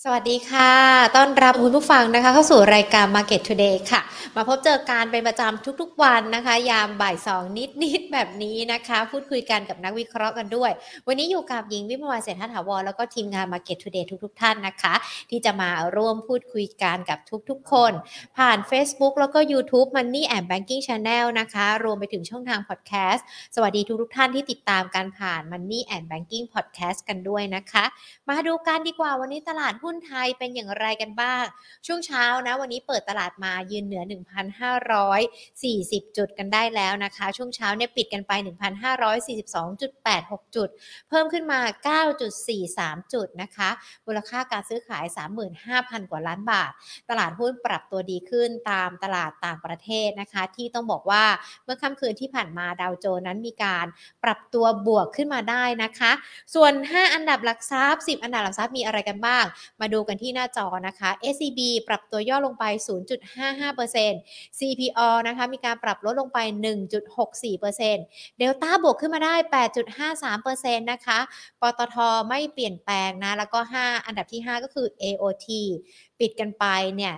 สวัสดีค่ะต้อนรับคุณผู้ฟังนะคะเข้าสู่รายการ Market Today ค่ะมาพบเจอกันเป็นประจำทุกๆวันนะคะยามบ่ายสองนิดๆแบบนี้นะคะพูดคุยกันกับนักวิเคราะห์กันด้วยวันนี้อยู่กับหญิงวิมลวรรณเศรษฐถาวรแล้วก็ทีมงาน Market Today ทุกๆท่านนะคะที่จะมาร่วมพูดคุยกันกับทุกๆคนผ่าน Facebook แล้วก็ YouTube Money and Banking Channel นะคะรวมไปถึงช่องทาง Podcast สวัสดีทุกๆท่านที่ติดตามการผ่าน Money and Banking Podcast กันด้วยนะคะมาดูกันดีกว่าวันนี้ตลาดหุ้นไทยเป็นอย่างไรกันบ้างช่วงเช้านะวันนี้เปิดตลาดมายืนเหนือ 1,540 จุดกันได้แล้วนะคะช่วงเช้าเนี่ยปิดกันไป 1,542.86 จุดเพิ่มขึ้นมา 9.43 จุดนะคะมูลค่าการซื้อขาย 35,000 กว่าล้านบาทตลาดหุ้นปรับตัวดีขึ้นตามตลาดต่างประเทศนะคะที่ต้องบอกว่าเมื่อค่ำคืนที่ผ่านมาดาวโจนส์นั้นมีการปรับตัวบวกขึ้นมาได้นะคะส่วน 5 อันดับหลักทรัพย์ 10 อันดับหลักทรัพย์มีอะไรกันบ้างมาดูกันที่หน้าจอนะคะ SCB ปรับตัวย่อลงไป 0.55% CPO นะคะมีการปรับลดลงไป 1.64% Delta บวกขึ้นมาได้ 8.53% นะคะปตทไม่เปลี่ยนแปลงนะแล้วก็ 5 อันดับที่ 5 ก็คือ AOT ปิดกันไปเนี่ย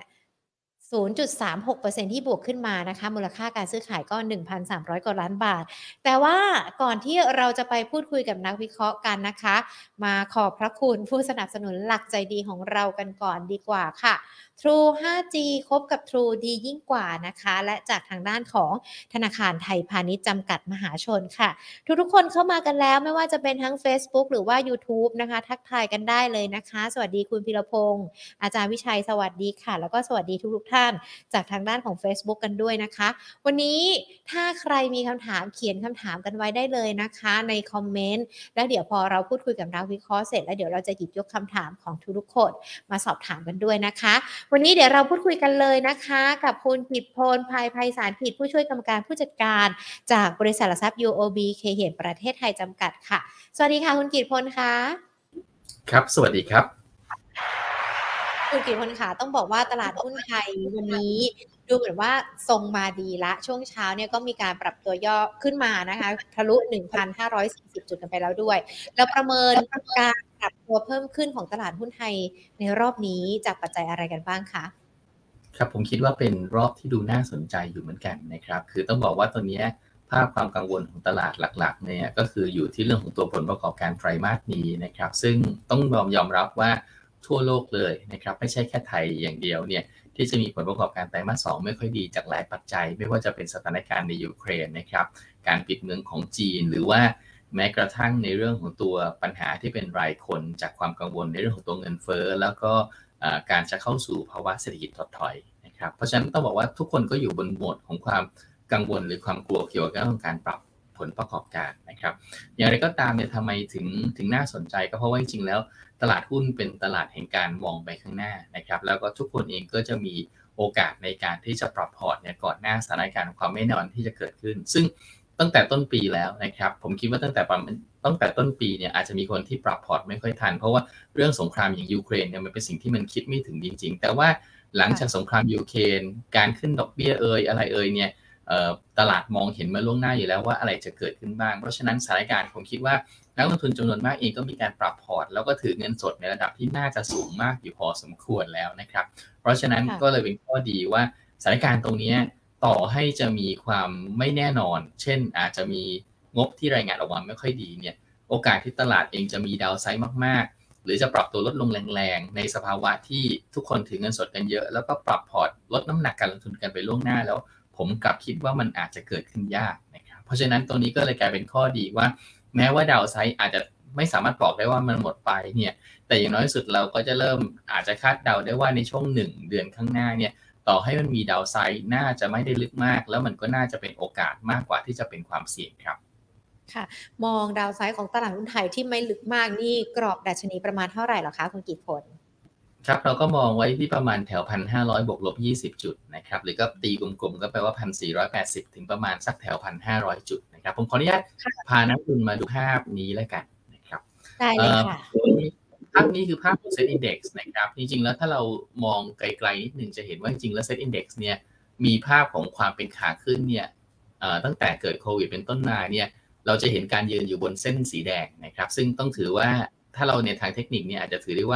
0.36% ที่บวกขึ้นมานะคะมูลค่าการซื้อขายก็ 1,300 กว่าล้านบาทแต่ว่าก่อนที่เราจะไปพูดคุยกับนักวิเคราะห์กันนะคะมาขอบพระคุณผู้สนับสนุนหลักใจดีของเรากันก่อนดีกว่าค่ะ True 5G คบกับ True ดียิ่งกว่านะคะและจากทางด้านของธนาคารไทยพาณิชย์จำกัดมหาชนค่ะทุกๆคนเข้ามากันแล้วไม่ว่าจะเป็นทั้ง Facebook หรือว่า YouTube นะคะทักทายกันได้เลยนะคะสวัสดีคุณพีรพงษ์อาจารย์วิชัยสวัสดีค่ะแล้วก็สวัสดีทุกๆท่านจากทางด้านของ Facebook กันด้วยนะคะวันนี้ถ้าใครมีคำถามเขียนคำถามกันไว้ได้เลยนะคะในคอมเมนต์แล้วเดี๋ยวพอเราพูดคุยกับนักวิเคราะห์เสร็จแล้วเดี๋ยวเราจะหยิบยกคำถามของทุกๆคนมาสอบถามกันด้วยนะคะวันนี้เดี๋ยวเราพูดคุยกันเลยนะคะกับคุณกิตพลภัยไพศาลกิจผู้ช่วยกรรมการผู้จัดการจากบริษัทหลักทรัพย์ UOB เคเหียนประเทศไทยจำกัดค่ะสวัสดีค่ะคุณกิตพลค่ะครับสวัสดีครับคุณกิตพลค่ะต้องบอกว่าตลาดหุ้นไทยวันนี้ดูเหมือนว่าทรงมาดีละช่วงเช้าเนี่ยก็มีการปรับตัวย่อขึ้นมานะคะทะลุ 1,540 จุดกันไปแล้วด้วยแล้วประเมินการปรับตัวเพิ่มขึ้นของตลาดหุ้นไทยในรอบนี้จากปัจจัยอะไรกันบ้างคะครับผมคิดว่าเป็นรอบที่ดูน่าสนใจอยู่เหมือนกันนะครับคือต้องบอกว่าตอนนี้ภาพความกังวลของตลาดหลักๆเนี่ยก็คืออยู่ที่เรื่องของตัวผลประกอบการไตรมาสนี้นะครับซึ่งต้องยอมรับว่าทั่วโลกเลยนะครับไม่ใช่แค่ไทยอย่างเดียวเนี่ยที่จะมีผลประกอบการไตรมาส2ไม่ค่อยดีจากหลายปัจจัยไม่ว่าจะเป็นสถานการณ์ในยูเครนนะครับการปิดเมืองของจีนหรือว่าแม้กระทั่งในเรื่องของตัวปัญหาที่เป็นรายคนจากความกังวลในเรื่องของตัวเงินเฟ้อแล้วก็การจะเข้าสู่ภาวะเศรษฐกิจถดถอยนะครับเพราะฉะนั้นต้องบอกว่าทุกคนก็อยู่บนโหมดของความกังวลหรือความกลัวเกี่ยวกับเรื่องการปรับผลประกอบการนะครับอย่างไรก็ตามเนี่ยทำไมถึงน่าสนใจก็เพราะว่าจริงๆแล้วตลาดหุ้นเป็นตลาดแห่งการมองไปข้างหน้านะครับแล้วก็ทุกคนเองก็จะมีโอกาสในการที่จะปรับพอร์ตเนี่ยก่อนหน้าสถานการณ์ความไม่แน่นอนที่จะเกิดขึ้นซึ่งตั้งแต่ต้นปีแล้วนะครับผมคิดว่าตั้งแต่ต้นปีเนี่ยอาจจะมีคนที่ปรับพอร์ตไม่ค่อยทันเพราะว่าเรื่องสงครามอย่างยูเครนเนี่ยมันเป็นสิ่งที่มันคิดไม่ถึงจริงๆแต่ว่าหลังจากสงครามยูเครนการขึ้นดอกเบี้ยอะไรเนี่ยตลาดมองเห็นมาล่วงหน้าอยู่แล้วว่าอะไรจะเกิดขึ้นบ้างเพราะฉะนั้นสถานการณ์ผมคิดว่านักลงทุนจำนวนมากเองก็มีการปรับพอร์ตแล้วก็ถือเงินสดในระดับที่น่าจะสูงมากอยู่พอสมควรแล้วนะครับเพราะฉะนั้นก็เลยเป็นข้อดีว่าสถานการณ์ตรงนี้ต่อให้จะมีความไม่แน่นอนเช่นอาจจะมีงบที่รายงานออกมาไม่ค่อยดีเนี่ยโอกาสที่ตลาดเองจะมีดาวไซด์มากๆหรือจะปรับตัวลดลงแรงๆในสภาวะที่ทุกคนถือเงินสดกันเยอะแล้วก็ปรับพอร์ตลดน้ำหนักการลงทุนกันไปล่วงหน้าแล้วผมกลับคิดว่ามันอาจจะเกิดขึ้นยากนะครับเพราะฉะนั้นตรงนี้ก็เลยกลายเป็นข้อดีว่าแม้ว่าดาวไซด์อาจจะไม่สามารถบอกได้ว่ามันหมดไปเนี่ยแต่อย่างน้อยสุดเราก็จะเริ่มอาจจะคาดเดาได้ว่าในช่วง1 เดือนข้างหน้าเนี่ยต่อให้มันมีดาวไซด์น่าจะไม่ได้ลึกมากแล้วมันก็น่าจะเป็นโอกาสมากกว่าที่จะเป็นความเสี่ยงครับค่ะมองดาวไซด์ของตลาดหุ้นไทยที่ไม่ลึกมากนี่กรอบดัชนีประมาณเท่าไหร่เหรอคะคุณกิตพลครับเราก็มองไว้ที่ประมาณแถว1,500บวกลบ20จุดนะครับหรือก็ตีกลมๆก็แปลว่า1,480ถึงประมาณสักแถว1,500จุดนะครับผมขออนุญาตพานักลงทุนมาดูภาพนี้แล้วกันนะครับได้เลยค่ะภาพนี้คือภาพของ Set Index นะครับจริงๆแล้วถ้าเรามองไกลๆนิดนึงจะเห็นว่าจริงๆแล้ว Set Index เนี่ยมีภาพของความเป็นขาขึ้นเนี่ยตั้งแต่เกิดโควิดเป็นต้นมาเนี่ยเราจะเห็นการยืนอยู่บนเส้นสีแดงนะครับซึ่งต้องถือว่าถ้าเราในทางเทคนิคเนี่ยอาจจะถือได้ว่า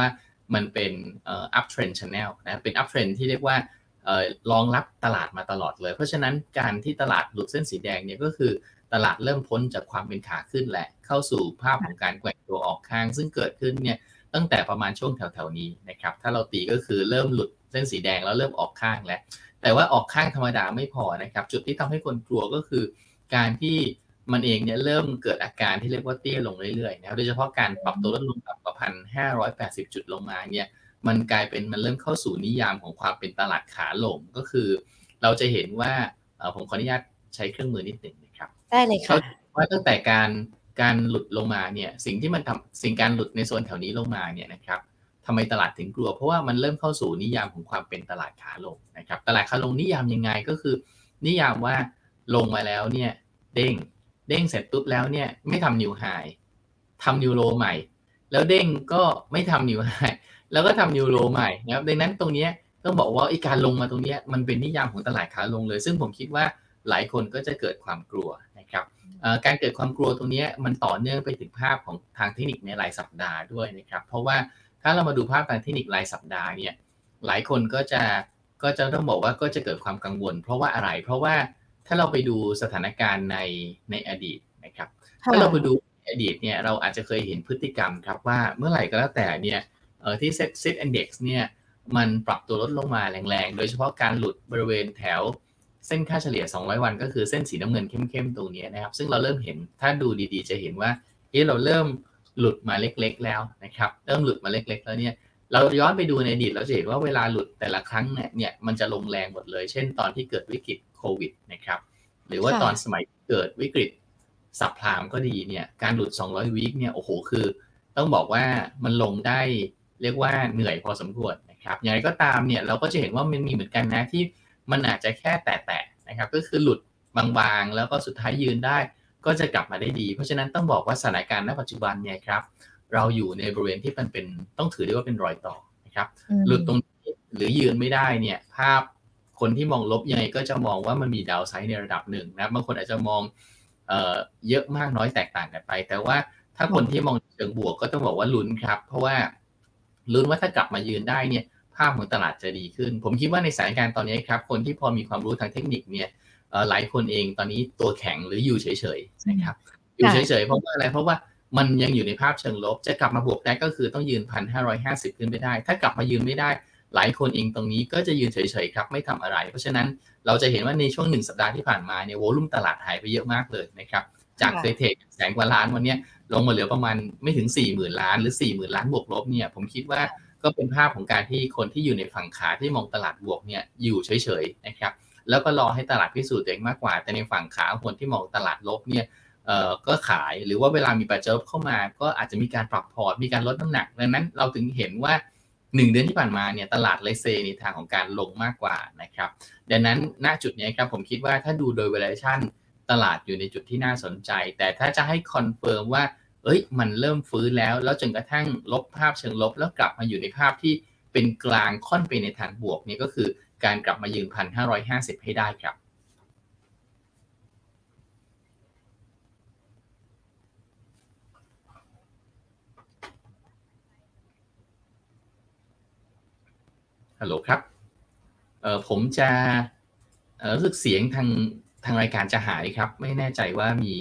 มันเป็นup trend channel นะเป็น up trend ที่เรียกว่ารองรับตลาดมาตลอดเลยเพราะฉะนั้นการที่ตลาดหลุดเส้นสีแดงเนี่ยก็คือตลาดเริ่มพ้นจากความเป็นขาขึ้นและเข้าสู่ภาพของการแกว่งตัวออกข้างซึ่งเกิดขึ้นเนี่ยตั้งแต่ประมาณช่วงแถวๆนี้นะครับถ้าเราตีก็คือเริ่มหลุดเส้นสีแดงแล้วเริ่มออกข้างแล้วแต่ว่าออกข้างธรรมดาไม่พอนะครับจุดที่ทำให้คนกลัวก็คือการที่มันเองเนี่ยเริ่มเกิดอาการที่เรียกว่าเตี้ยลงเรื่อยๆนะครับโดยเฉพาะการปรับตัวลดลงต่ำกว่า 1,580 จุดลงมาเนี่ยมันกลายเป็นมันเริ่มเข้าสู่นิยามของความเป็นตลาดขาลงก็คือเราจะเห็นว่าผมขออนุญาตใช้เครื่องมือนิดหนึ่งนะครับได้เลยค่ะว่าตั้งแต่การหลุดลงมาเนี่ยสิ่งที่มันทำสิ่งการหลุดในโซนแถวนี้ลงมาเนี่ยนะครับทำไมตลาดถึงกลัวเพราะว่ามันเริ่มเข้าสู่นิยามของความเป็นตลาดขาลงนะครับตลาดขาลงนิยามยังไงก็คือนิยามว่าลงมาแล้วเนี่ยเด้งเสร็จปุ๊บแล้วเนี่ยไม่ทำนิวไฮทำนิวโลใหม่แล้วเด้งก็ไม่ทำนิวไฮแล้วก็ทำนิวโลใหม่นะครับดังนั้นตรงนี้ต้องบอกว่าการลงมาตรงนี้มันเป็นนิยามของตลาดขาลงเลยซึ่งผมคิดว่าหลายคนก็จะเกิดความกลัวนะครับการเกิดความกลัวตรงนี้มันต่อเนื่องไปถึงภาพของทางเทคนิคในรายสัปดาห์ด้วยนะครับเพราะว่าถ้าเรามาดูภาพทางเทคนิครายสัปดาห์เนี่ยหลายคนก็จะต้องบอกว่าก็จะเกิดความกังวลเพราะว่าอะไรเพราะว่าถ้าเราไปดูสถานการณ์ในอดีตนะครับถ้าเราไปดูอดีตเนี่ยเราอาจจะเคยเห็นพฤติกรรมครับว่าเมื่อไหร่ก็แล้วแต่เนี่ยที่Set Index เนี่ยมันปรับตัวลดลงมาแรงๆโดยเฉพาะการหลุดบริเวณแถวเส้นค่าเฉลี่ย200วันก็คือเส้นสีน้ำเงินเข้มๆตรงนี้นะครับซึ่งเราเริ่มเห็นถ้าดูดีๆจะเห็นว่าเราเริ่มหลุดมาเล็กๆแล้วนะครับเริ่มหลุดมาเล็กๆแล้วเนี่ยเราย้อนไปดูในอดีตเราจะเห็นว่าเวลาหลุดแต่ละครั้งเนี่ยมันจะลงแรงหมดเลยเช่นตอนที่เกิดวิกฤตโควิดนะครับหรือว่าตอนสมัยเกิดวิกฤตซับไพรม์ก็ดีเนี่ยการหลุด200วีคเนี่ยโอ้โหคือต้องบอกว่ามันลงได้เรียกว่าเหนื่อยพอสมควรนะครับอย่างไรก็ตามเนี่ยเราก็จะเห็นว่ามันมีเหมือนกันนะที่มันอาจจะแค่แตะๆนะครับก็คือหลุดบางๆแล้วก็สุดท้ายยืนได้ก็จะกลับมาได้ดีเพราะฉะนั้นต้องบอกว่าสถานการณ์ณปัจจุบันเนี่ยครับเราอยู่ในบริเวณที่มันเป็นต้องถือได้ว่าเป็นรอยต่อนะครับหลุดตรงนี้หรือยืนไม่ได้เนี่ยภาพคนที่มองลบยังไงก็จะมองว่ามันมีดาวไซด์ในระดับหนึ่งนะบางคนอาจจะมองเยอะมากน้อยแตกต่างกันไปแต่ว่าถ้าคนที่มองเชิงบวกก็ต้องบอกว่าลุ้นครับเพราะว่าลุ้นว่าถ้ากลับมายืนได้เนี่ยภาพของตลาดจะดีขึ้นผมคิดว่าในสถานการณ์ตอนนี้ครับคนที่พอมีความรู้ทางเทคนิคเนี่ยหลายคนเองตอนนี้ตัวแข็งหรืออยู่เฉยๆนะครับอยู่เฉยๆเพราะว่าอะไรเพราะว่ามันยังอยู่ในภาพเชิงลบจะกลับมาบวกได้ก็คือต้องยืน 1,550 ขึ้นไปได้ถ้ากลับมายืนไม่ได้หลายคนเองตรงนี้ก็จะยืนเฉยๆครับไม่ทำอะไรเพราะฉะนั้นเราจะเห็นว่าในช่วง1สัปดาห์ที่ผ่านมาเนี่ยวอลุ่มตลาดหายไปเยอะมากเลยนะครับจากเคยเทรดแสนกว่าล้านวันนี้ลงมาเหลือประมาณไม่ถึง 40,000 ล้านหรือ 40,000 ล้านบวกลบเนี่ยผมคิดว่าก็เป็นภาพของการที่คนที่อยู่ในฝั่งขาที่มองตลาดบวกเนี่ยอยู่เฉยๆนะครับแล้วก็รอให้ตลาดพิสูจน์ตัวเองมากกว่าแต่ในฝั่งขาคนที่มองตลาดลบเนี่ยก็ขายหรือว่าเวลามีปัจจัยลบเข้ามาก็อาจจะมีการปรับพอร์ตมีการลดน้ำหนักดังนั้นเราถึงเห็นว่า1เดือนที่ผ่านมาเนี่ยตลาดเลยเซในทางของการลงมากกว่านะครับดังนั้นณจุดนี้ครับผมคิดว่าถ้าดูโดย valuation ตลาดอยู่ในจุดที่น่าสนใจแต่ถ้าจะให้คอนเฟิร์มว่ามันเริ่มฟื้นแล้วจนกระทั่งลบภาพเชิงลบแล้วกลับมาอยู่ในภาพที่เป็นกลางค่อนไปในทางบวกนี่ก็คือการกลับมายืน 1,550 ให้ได้ครับฮัลโหลครับผมจะรู้สึกเสียงทางรายการจะหายครับไม่แน่ใจว่ามี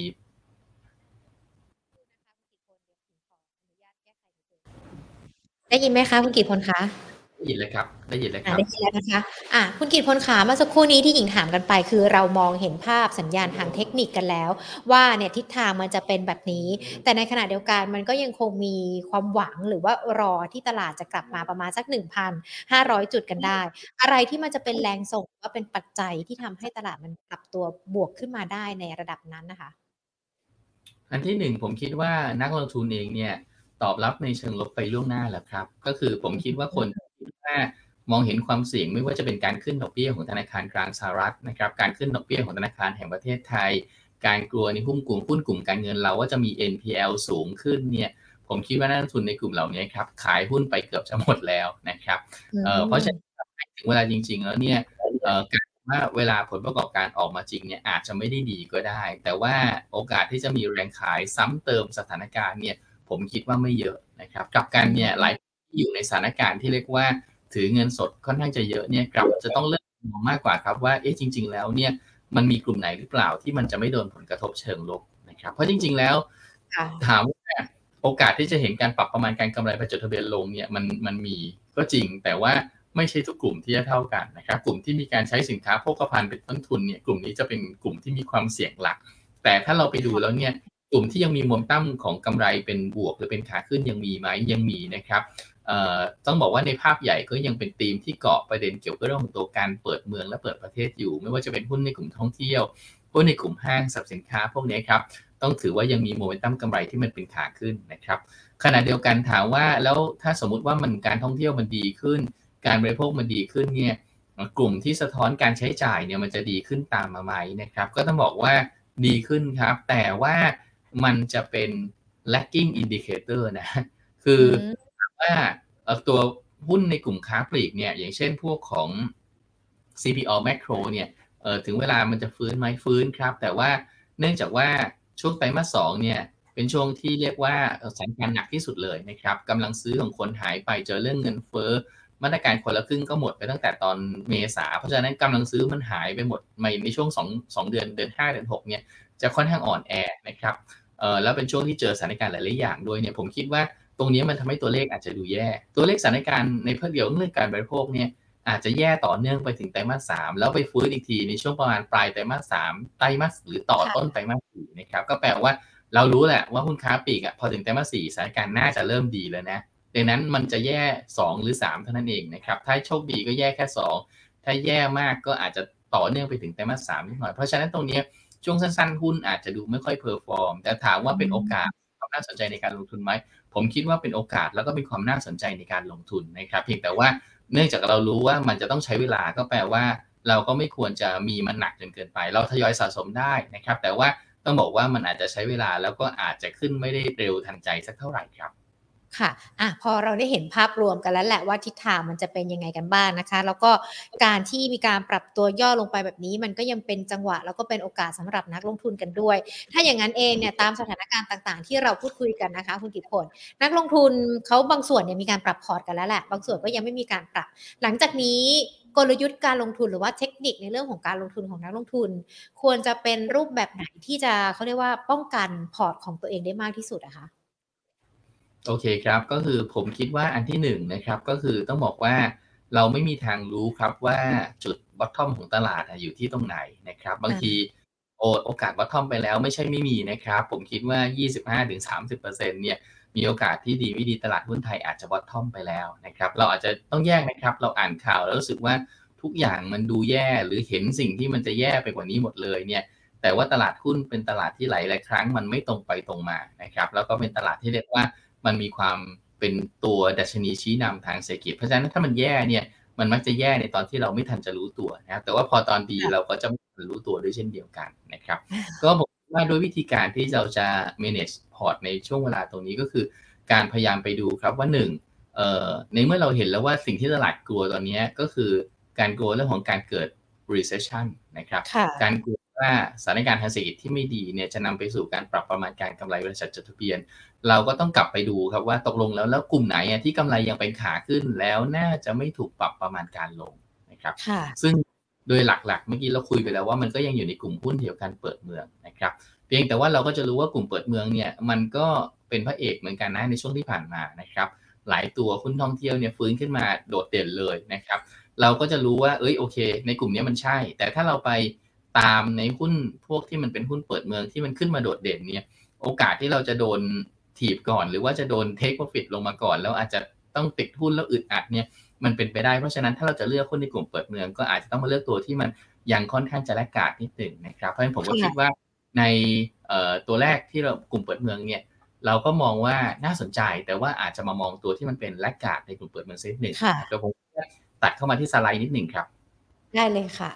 ได้ยินไหมคะคุณกิตพลคะได้ยินเลยครับได้ยินแล้วนะคะคุณกิตพลขาเมื่อสักครู่นี้ที่หญิงถามกันไปคือเรามองเห็นภาพสัญญาณทางเทคนิคกันแล้วว่าเนี่ยทิศทางมันจะเป็นแบบนี้แต่ในขณะเดียวกันมันก็ยังคงมีความหวังหรือว่ารอที่ตลาดจะกลับมาประมาณสัก 1,500 จุดกันได้อะไรที่มันจะเป็นแรงส่งว่าเป็นปัจจัยที่ทำให้ตลาดมันปรับตัวบวกขึ้นมาได้ในระดับนั้นนะคะอันที่1ผมคิดว่านักลงทุนเองเนี่ยตอบรับในเชิงลบไปล่วงหน้าแล้วครับก็คือผมคิดว่าคนถ้ามองเห็นความเสี่ยงไม่ว่าจะเป็นการขึ้นดอกเบี้ยของธนาคารกลางสหรัฐนะครับการขึ้นดอกเบี้ยของธนาคารแห่งประเทศไทยการกลัวในหุ้นกลุ่มการเงินเราว่าจะมี NPL สูงขึ้นเนี่ยผมคิดว่านักลงทุนในกลุ่มเหล่านี้ครับขายหุ้นไปเกือบจะหมดแล้วนะครับเพราะฉะนั้นถึงเวลาจริงๆแล้วเนี่ยการว่าเวลาผลประกอบการออกมาจริงเนี่ยอาจจะไม่ได้ดีก็ได้แต่ว่าโอกาสที่จะมีแรงขายซ้ำเติมสถานการณ์เนี่ยผมคิดว่าไม่เยอะนะครับกลับกันเนี่ยหลายที่อยู่ในสถานการณ์ที่เรียกว่าถือเงินสดค่อนข้างจะเยอะเนี่ยกลับจะต้องเริ่มมองมากกว่าครับว่าจริงๆแล้วเนี่ยมันมีกลุ่มไหนหรือเปล่าที่มันจะไม่โดนผลกระทบเชิงลบนะครับเพราะจริงๆแล้วถามว่าโอกาสที่จะเห็นการปรับประมาณการกำไรไปจดทะเบียนลงเนี่ยมันมีก็จริงแต่ว่าไม่ใช่ทุกกลุ่มที่จะเท่ากันนะครับกลุ่มที่มีการใช้สินค้าโภคภัณฑ์เป็นต้นทุนเนี่ยกลุ่มนี้จะเป็นกลุ่มที่มีความเสี่ยงหลักแต่ถ้าเราไปดูแล้วเนี่ยกลุ่มที่ยังมีโมเมนตัมของกำไรเป็นบวกหรือเป็นขาขึ้นยังมีไหมยังมีนะครับต้องบอกว่าในภาพใหญ่ก็ยังเป็นธีมที่เกาะประเด็นเกี่ยวกับเรื่องของตัวการเปิดเมืองและเปิดประเทศอยู่ไม่ว่าจะเป็นหุ้นในกลุ่มท่องเที่ยวหุ้นในกลุ่มห้างสรรพสินค้าพวกนี้ครับต้องถือว่ายังมีโมเมนตัมกำไรที่มันเป็นขาขึ้นนะครับขณะเดียวกันถามว่าแล้วถ้าสมมุติว่ามันการท่องเที่ยวมันดีขึ้นการบริโภคมันดีขึ้นเนี่ยกลุ่มที่สะท้อนการใช้จ่ายเนี่ยมันจะดีขึ้นตามมาไหมนะครับก็ต้องบอกว่าดีขึ้นครับแต่ว่ามันจะเป็น lagging indicator นะคือว่าตัวหุ้นในกลุ่มค้าปลีกเนี่ยอย่างเช่นพวกของ CPO Macro เนี่ยถึงเวลามันจะฟื้นไหมฟื้นครับแต่ว่าเนื่องจากว่าช่วงไตรมาส2เนี่ยเป็นช่วงที่เรียกว่าสถานการณ์หนักที่สุดเลยนะครับกำลังซื้อของคนหายไปเจอเรื่องเงินเฟ้อมาตรการคนละครึ่งก็หมดไปตั้งแต่ตอนเมษาเพราะฉะนั้นกำลังซื้อมันหายไปหมดในช่วง2เดือน5เดือน6เนี่ยจะค่อนข้างอ่อนแอนะครับแล้วเป็นช่วงที่เจอสถานการณ์หลายๆอย่างด้วยเนี่ยผมคิดว่าตรงนี้มันทำให้ตัวเลขอาจจะดูแย่ตัวเลขสถานการณ์ในเดียวเรื่องการบริโภคเนี่ยอาจจะแย่ต่อเนื่องไปถึงไตรมาส3แล้วไปฟื้นอีกทีในช่วงประมาณปลายไตรมาส3ไตรมาสหรือต่อต้นไตรมาส4นะครับก็แปลว่าเรารู้แหละว่าหุ้นค้าปลีกพอถึงไตรมาส4สถานการณ์น่าจะเริ่มดีแล้วนะดังนั้นมันจะแย่2หรือ3เท่านั้นเองนะครับถ้าโชคดีก็แย่แค่2ถ้าแย่มากก็อาจจะต่อเนื่องไปถึงไตรมาส3นิดหน่อยเพราะฉะนั้นตรงนี้ช่วงสั้นๆหุ้นอาจจะดูไม่ค่อยเพอร์ฟอร์มแต่ถามว่าเป็นโอกาสความน่าสนใจในการลงทุนไหมผมคิดว่าเป็นโอกาสแล้วก็เป็นความน่าสนใจในการลงทุนนะครับเพียงแต่ว่าเนื่องจากเรารู้ว่ามันจะต้องใช้เวลาก็แปลว่าเราก็ไม่ควรจะมีมันหนักจนเกินไปเราทยอยสะสมได้นะครับแต่ว่าต้องบอกว่ามันอาจจะใช้เวลาแล้วก็อาจจะขึ้นไม่ได้เร็วทันใจสักเท่าไหร่ครับค่ะพอเราได้เห็นภาพรวมกันแล้วแหละว่าทิศทางมันจะเป็นยังไงกันบ้างนะคะแล้วก็การที่มีการปรับตัวย่อลงไปแบบนี้มันก็ยังเป็นจังหวะแล้วก็เป็นโอกาสสำหรับนักลงทุนกันด้วยถ้าอย่างนั้นเองเนี่ยตามสถานการณ์ต่างๆที่เราพูดคุยกันนะคะคุณกิตติพลนักลงทุนเขาบางส่วนเนี่ยมีการปรับพอร์ตกันแล้วแหละบางส่วนก็ยังไม่มีการปรับหลังจากนี้กลยุทธ์การลงทุนหรือว่าเทคนิคในเรื่องของการลงทุนของนักลงทุนควรจะเป็นรูปแบบไหนที่จะเขาเรียกว่าป้องกันพอร์ตของตัวเองได้มากที่สุดอะคะโอเคครับก็คือผมคิดว่าอันที่1นะครับก็คือต้องบอกว่าเราไม่มีทางรู้ครับว่าจุด bottom ของตลาดอยู่ที่ตรงไหนนะครับบางทีโอกาส bottom ไปแล้วไม่ใช่ไม่มีนะครับผมคิดว่า 25-30% เนี่ยมีโอกาสที่ดีไม่ดีตลาดหุ้นไทยอาจจะ bottom ไปแล้วนะครับเราอาจจะต้องแยกนะครับเราอ่านข่าวแล้วรู้สึกว่าทุกอย่างมันดูแย่หรือเห็นสิ่งที่มันจะแย่ไปกว่านี้หมดเลยเนี่ยแต่ว่าตลาดหุ้นเป็นตลาดที่หลายๆครั้งมันไม่ตรงไปตรงมานะครับแล้วก็เป็นตลาดที่เรียกว่ามันมีความเป็นตัวดัชนีชี้นำทางเศรษฐกิจเพราะฉะนั้นถ้ามันแย่เนี่ยมันมักจะแย่ในตอนที่เราไม่ทันจะรู้ตัวนะครับแต่ว่าพอตอนดีเราก็จะไม่ทันรู้ตัวด้วยเช่นเดียวกันนะครับก็บอกว่าด้วยวิธีการที่เราจะ manage port ในช่วงเวลาตรงนี้ก็คือการพยายามไปดูครับว่าในเมื่อเราเห็นแล้วว่าสิ่งที่ตลาดกลัวตอนนี้ก็คือการกลัวเรื่องของการเกิด recession นะครับการกลัวว่าสถานการณ์ทางเศรษฐกิจที่ไม่ดีเนี่ยจะนำไปสู่การปรับประมาณการกำไรบริษัทจดทะเบียนเราก็ต้องกลับไปดูครับว่าตกลงแล้วกลุ่มไหนที่กำไรยังเป็นขาขึ้นแล้วน่าจะไม่ถูกปรับประมาณการลงนะครับซึ่งโดยหลักๆเมื่อกี้เราคุยไปแล้วว่ามันก็ยังอยู่ในกลุ่มหุ้นเกี่ยวกับการเปิดเมืองนะครับเพียงแต่ว่าเราก็จะรู้ว่ากลุ่มเปิดเมืองเนี่ยมันก็เป็นพระเอกเหมือนกันนะในช่วงที่ผ่านมานะครับหลายตัวหุ้นท่องเที่ยวเนี่ยฟื้นขึ้นมาโดดเด่นเลยนะครับเราก็จะรู้ว่าโอเคในกลุ่มนี้มันใช่แต่ถ้าเราไปตามในหุ้นพวกที่มันเป็นหุ้นเปิดเมืองที่มันขึ้นมาโดดเด่นเนี่ยโอกาสที่เราจะโดนถีบก่อนหรือว่าจะโดน take profit ลงมาก่อนแล้วอาจจะต้องติดหุ้นแล้วอึดอัดเนี่ยมันเป็นไปได้เพราะฉะนั้นถ้าเราจะเลือกหุ้นในกลุ่มเปิดเมืองก็อาจจะต้องมาเลือกตัวที่มันยังค่อนข้างจะแลกขาดนิดหนึ่งนะครับเพราะฉะนั้นผมก็คิดว่าในตัวแรกที่เรากลุ่มเปิดเมืองเนี่ยเราก็มองว่าน่าสนใจแต่ว่าอาจจะมามองตัวที่มันเป็นแลกขาดในกลุ่มเปิดเมืองสักนิดหนึ่งเดี๋ยวผมตัดเข้ามาที่สไลด์นิดหนึ่งครับได้เลยค่ะ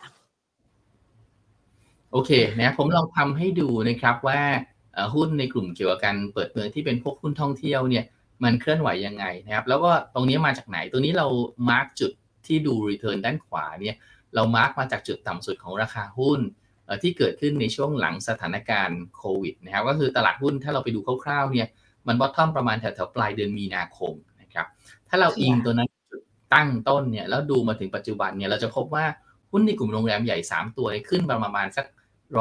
โอเคนะผมลองทำให้ดูนะครับว่าหุ้นในกลุ่มเกี่ยวกับการเปิดเมืองที่เป็นพวกหุ้นท่องเที่ยวเนี่ยมันเคลื่อนไหวยังไงนะครับแล้วก็ตรงนี้มาจากไหนตรงนี้เรามาร์กจุดที่ดู return ด้านขวาเนี่ยเรามาร์กมาจากจุดต่ำสุดของราคาหุ้นที่เกิดขึ้นในช่วงหลังสถานการณ์โควิดนะครับก็คือตลาดหุ้นถ้าเราไปดูคร่าวๆเนี่ยมัน bottom ประมาณแถวๆปลายเดือนมีนาคมนะครับถ้าเราอิงค่ะตัวนั้นจุดตั้งต้นเนี่ยแล้วดูมาถึงปัจจุบันเนี่ยเราจะพบว่าหุ้นในกลุ่มโรงแรมใหญ่3ตัวขึ้นประมาณสัก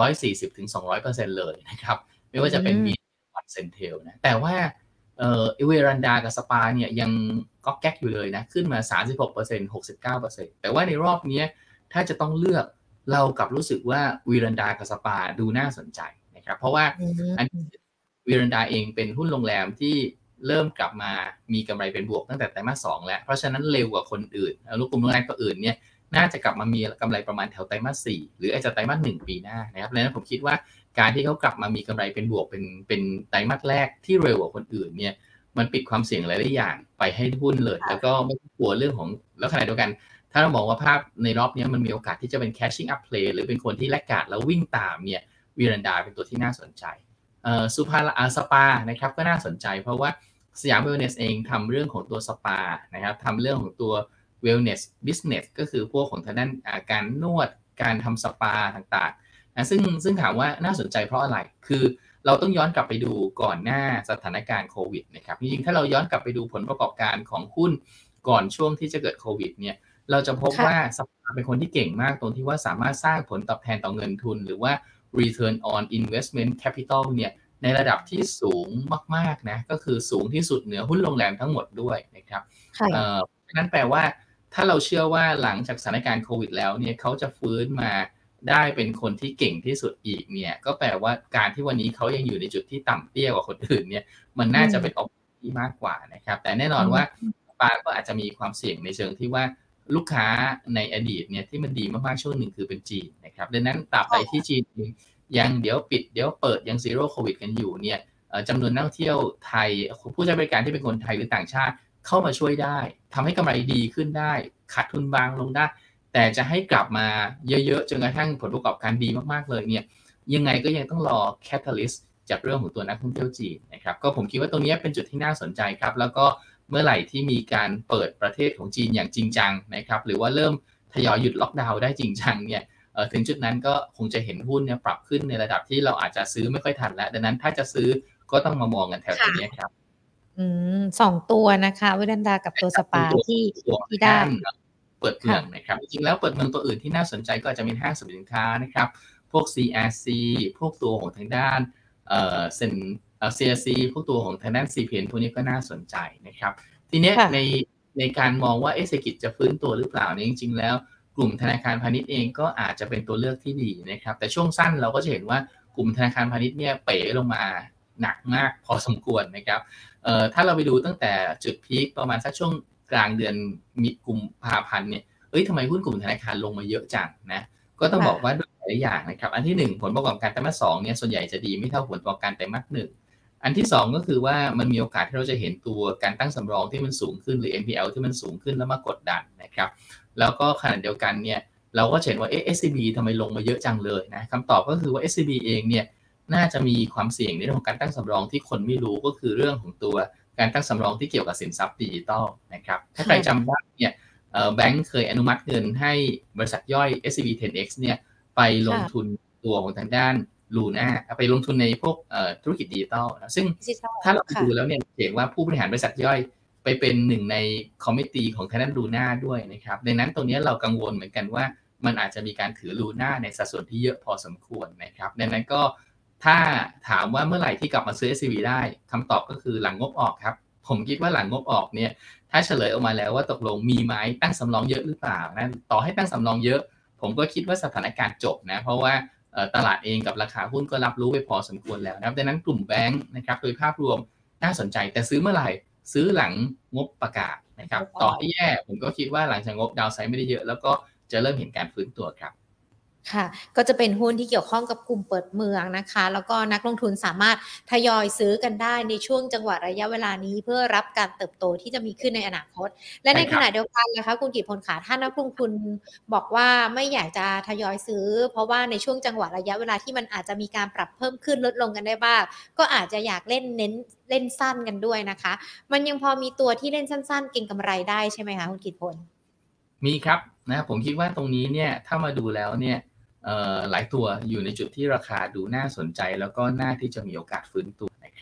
140-200% เลยนะครับไม่ว่าจะเป็นมีวันเซนเทลนะแต่ว่าเวรันดากับสปาเนี่ยยังก๊อกแก๊กอยู่เลยนะขึ้นมา 36% 69% แต่ว่าในรอบนี้ถ้าจะต้องเลือกเรากลับรู้สึกว่าวีรันดากับสปาดูน่าสนใจนะครับเพราะว่าอันวีรันดาเองเป็นหุ้นโรงแรมที่เริ่มกลับมามีกำไรเป็นบวกตั้งแต่ไตรมาส 2แล้วเพราะฉะนั้นเร็วกว่าคนอื่นแล้วกลุ่มโรงแรมตัวอื่นเนี่ยน่าจะกลับมามีกำไรประมาณแถวไตรมาส 4หรืออาจจะไตรมาส 1ปีหน้านะครับดังนั้นผมคิดว่าการที่เขากลับมามีกำไรเป็นบวกเป็นไตรมาสแรกที่เร็วกว่าคนอื่นเนี่ยมันปิดความเสี่ยงหลายๆอย่างไปให้หุ้นเลยแล้วก็ไม่กลัวเรื่องของแล้วขณะเดียวกันถ้าเรามองว่าภาพในรอบนี้มันมีโอกาสที่จะเป็น catching up play หรือเป็นคนที่แลกขาดแล้ววิ่งตามเนี่ยวีรันดาเป็นตัวที่น่าสนใจสุภาสปานะครับก็น่าสนใจเพราะว่าสยามเวลเนสเองทำเรื่องของตัวสปานะครับทำเรื่องของตัว wellness business ก็คือพวกของทางด้านการนวดการทำสปาต่างๆนะซึ่งถามว่าน่าสนใจเพราะอะไรคือเราต้องย้อนกลับไปดูก่อนหน้าสถานการณ์โควิดนะครับจริงๆถ้าเราย้อนกลับไปดูผลประกอบการของหุ้นก่อนช่วงที่จะเกิดโควิดเนี่ยเราจะพบว่าสปาเป็นคนที่เก่งมากตรงที่ว่าสามารถสร้างผลตอบแทนต่อเงินทุนหรือว่า return on investment capital เนี่ยในระดับที่สูงมากๆนะก็คือสูงที่สุดเหนือหุ้นโรงแรมทั้งหมดด้วยนะครับนั่นแปลว่าถ้าเราเชื่อว่าหลังจากสถานการณ์โควิดแล้วเนี่ยเขาจะฟื้นมาได้เป็นคนที่เก่งที่สุดอีกเนี่ยก็แปลว่าการที่วันนี้เขายังอยู่ในจุดที่ต่ำเตี้ยกว่าคนอื่นเนี่ยมันน่าจะเป็นopportunityมากกว่านะครับแต่แน่นอนว่าปาก็อาจจะมีความเสี่ยงในเชิงที่ว่าลูกค้าในอดีตเนี่ยที่มันดีมากๆช่วงหนึ่งคือเป็นจีนนะครับดังนั้นตราบใดที่จีนยังเดี๋ยวปิดเดี๋ยวเปิดยังซีโร่โควิดกันอยู่เนี่ยจำนวนนักท่องเที่ยวไทยผู้ใช้บริการที่เป็นคนไทยหรือต่างชาติเข้ามาช่วยได้ทำให้กำไรดีขึ้นได้ขาดทุนบางลงได้แต่จะให้กลับมาเยอะๆจนกระทั่งผลประกอบการดีมากๆเลยเนี่ยยังไงก็ยังต้องรอแคตตาลิสต์จากเรื่องของตัวนักท่องเที่ยวจีนนะครับก็ผมคิดว่าตรงนี้เป็นจุดที่น่าสนใจครับแล้วก็เมื่อไหร่ที่มีการเปิดประเทศของจีนอย่างจริงจังนะครับหรือว่าเริ่มทยอยหยุดล็อกดาวน์ได้จริงจังเนี่ยถึงจุดนั้นก็คงจะเห็นหุ้นเนี่ยปรับขึ้นในระดับที่เราอาจจะซื้อไม่ค่อยทันแล้วดังนั้นถ้าจะซื้อก็ต้องมามองกันแถวนี้ครับ 2ตัวนะคะวิรันดากับตัวสปาที่ได้เปิดเมืองนะครับจริงๆแล้วเปิดเมืองตัวอื่นที่น่าสนใจก็อาจจะมีห้างสรรพสินค้านะครับพวก CRC พวกตัวของทางด้านCRC พวกตัวของทางด้าน CPN พวกนี้ก็น่าสนใจนะครับทีนี้ในการมองว่าเศรษฐกิจจะฟื้นตัวหรือเปล่าเนี่ยจริงๆแล้วกลุ่มธนาคารพาณิชย์เองก็อาจจะเป็นตัวเลือกที่ดีนะครับแต่ช่วงสั้นเราก็จะเห็นว่ากลุ่มธนาคารพาณิชย์เนี่ยเป๋ลงมาหนักมากพอสมควรนะครับถ้าเราไปดูตั้งแต่จุดพีคประมาณสักช่วงกลางเดือนกุมภาพันธ์เนี่ยทำไมหุ้นกลุ่มธนาคารลงมาเยอะจังนะก็ต้องบอกว่าด้วยหลายอย่างนะครับอันที่1ผลประกอบการไตรมาส 2เนี่ยส่วนใหญ่จะดีไม่เท่าผลประกอบการไตรมาส 1อันที่2ก็คือว่ามันมีโอกาสที่เราจะเห็นตัวการตั้งสำรองที่มันสูงขึ้นหรือ NPL ที่มันสูงขึ้นแล้วมากดดันนะครับแล้วก็ขณะเดียวกันเนี่ยเราก็เห็นว่าSCB ทำไมลงมาเยอะจังเลยนะคำตอบก็คือว่า SCB เองเนี่ยน่าจะมีความเสี่ยงในเรื่องของการตั้งสำรองที่คนไม่รู้ก็คือเรื่องของตัวการตั้งสำรองที่เกี่ยวกับสินทรัพย์ดิจิตอลนะครับถ้าใครจำได้เนี่ยแบงก์เคยอนุมัติเงินให้บริษัทย่อย SCB 10X เนี่ยไปลงทุนตัวของทางด้านลูน่าไปลงทุนในพวกธุรกิจดิจิตอลนะซึ่งถ้าเราดูแล้วเนี่ยเห็นว่าผู้บริหารบริษัทย่อยไปเป็นหนึ่งในคอมมิตี้ของทางด้านลูน่าด้วยนะครับดังนั้นตรงนี้เรากังวลเหมือนกันว่ามันอาจจะมีการถือลูน่าในสัดส่วนที่เยอะพอสมควรนะครับดังนั้นก็ถ้าถามว่าเมื่อไหร่ที่กลับมาซื้อ SCB ได้คำตอบก็คือหลังงบออกครับผมคิดว่าหลังงบออกเนี่ยถ้าเฉลยออกมาแล้วว่าตกลงมีไหมตั้งสำรองเยอะหรือเปล่านะต่อให้ตั้งสำรองเยอะผมก็คิดว่าสถานการณ์จบนะเพราะว่าตลาดเองกับราคาหุ้นก็รับรู้ไปพอสมควรแล้วนะครับดังนั้นกลุ่มแบงค์นะครับโดยภาพรวมน่าสนใจแต่ซื้อเมื่อไหร่ซื้อหลังงบประกาศนะครับต่อให้แย่ผมก็คิดว่าหลังจากงบดาวไซด์ไม่ได้เยอะแล้วก็จะเริ่มเห็นการฟื้นตัวครับค่ะก็จะเป็นหุ้นที่เกี่ยวข้องกับกลุ่มเปิดเมืองนะคะแล้วก็นักลงทุนสามารถทยอยซื้อกันได้ในช่วงจังหวะระยะเวลานี้เพื่อรับการเติบโตที่จะมีขึ้นในอนาคตและในขณะเดียวกันนะคะคุณกิตพลขาถ้านักลงทุนบอกว่าไม่อยากจะทยอยซื้อเพราะว่าในช่วงจังหวะระยะเวลาที่มันอาจจะมีการปรับเพิ่มขึ้นลดลงกันได้บ้างก็อาจจะอยากเน้นเล่นสั้นกันด้วยนะคะมันยังพอมีตัวที่เล่นสั้นๆเก็งกำไรได้ใช่ไหมคะคุณกิตพลมีครับนะผมคิดว่าตรงนี้เนี่ยถ้ามาดูแล้วเนี่ยหลายตัวอยู่ในจุดที่ราคาดูน่าสนใจแล้วก็น่าที่จะมีโอกาสฟื้นตัวนะครับ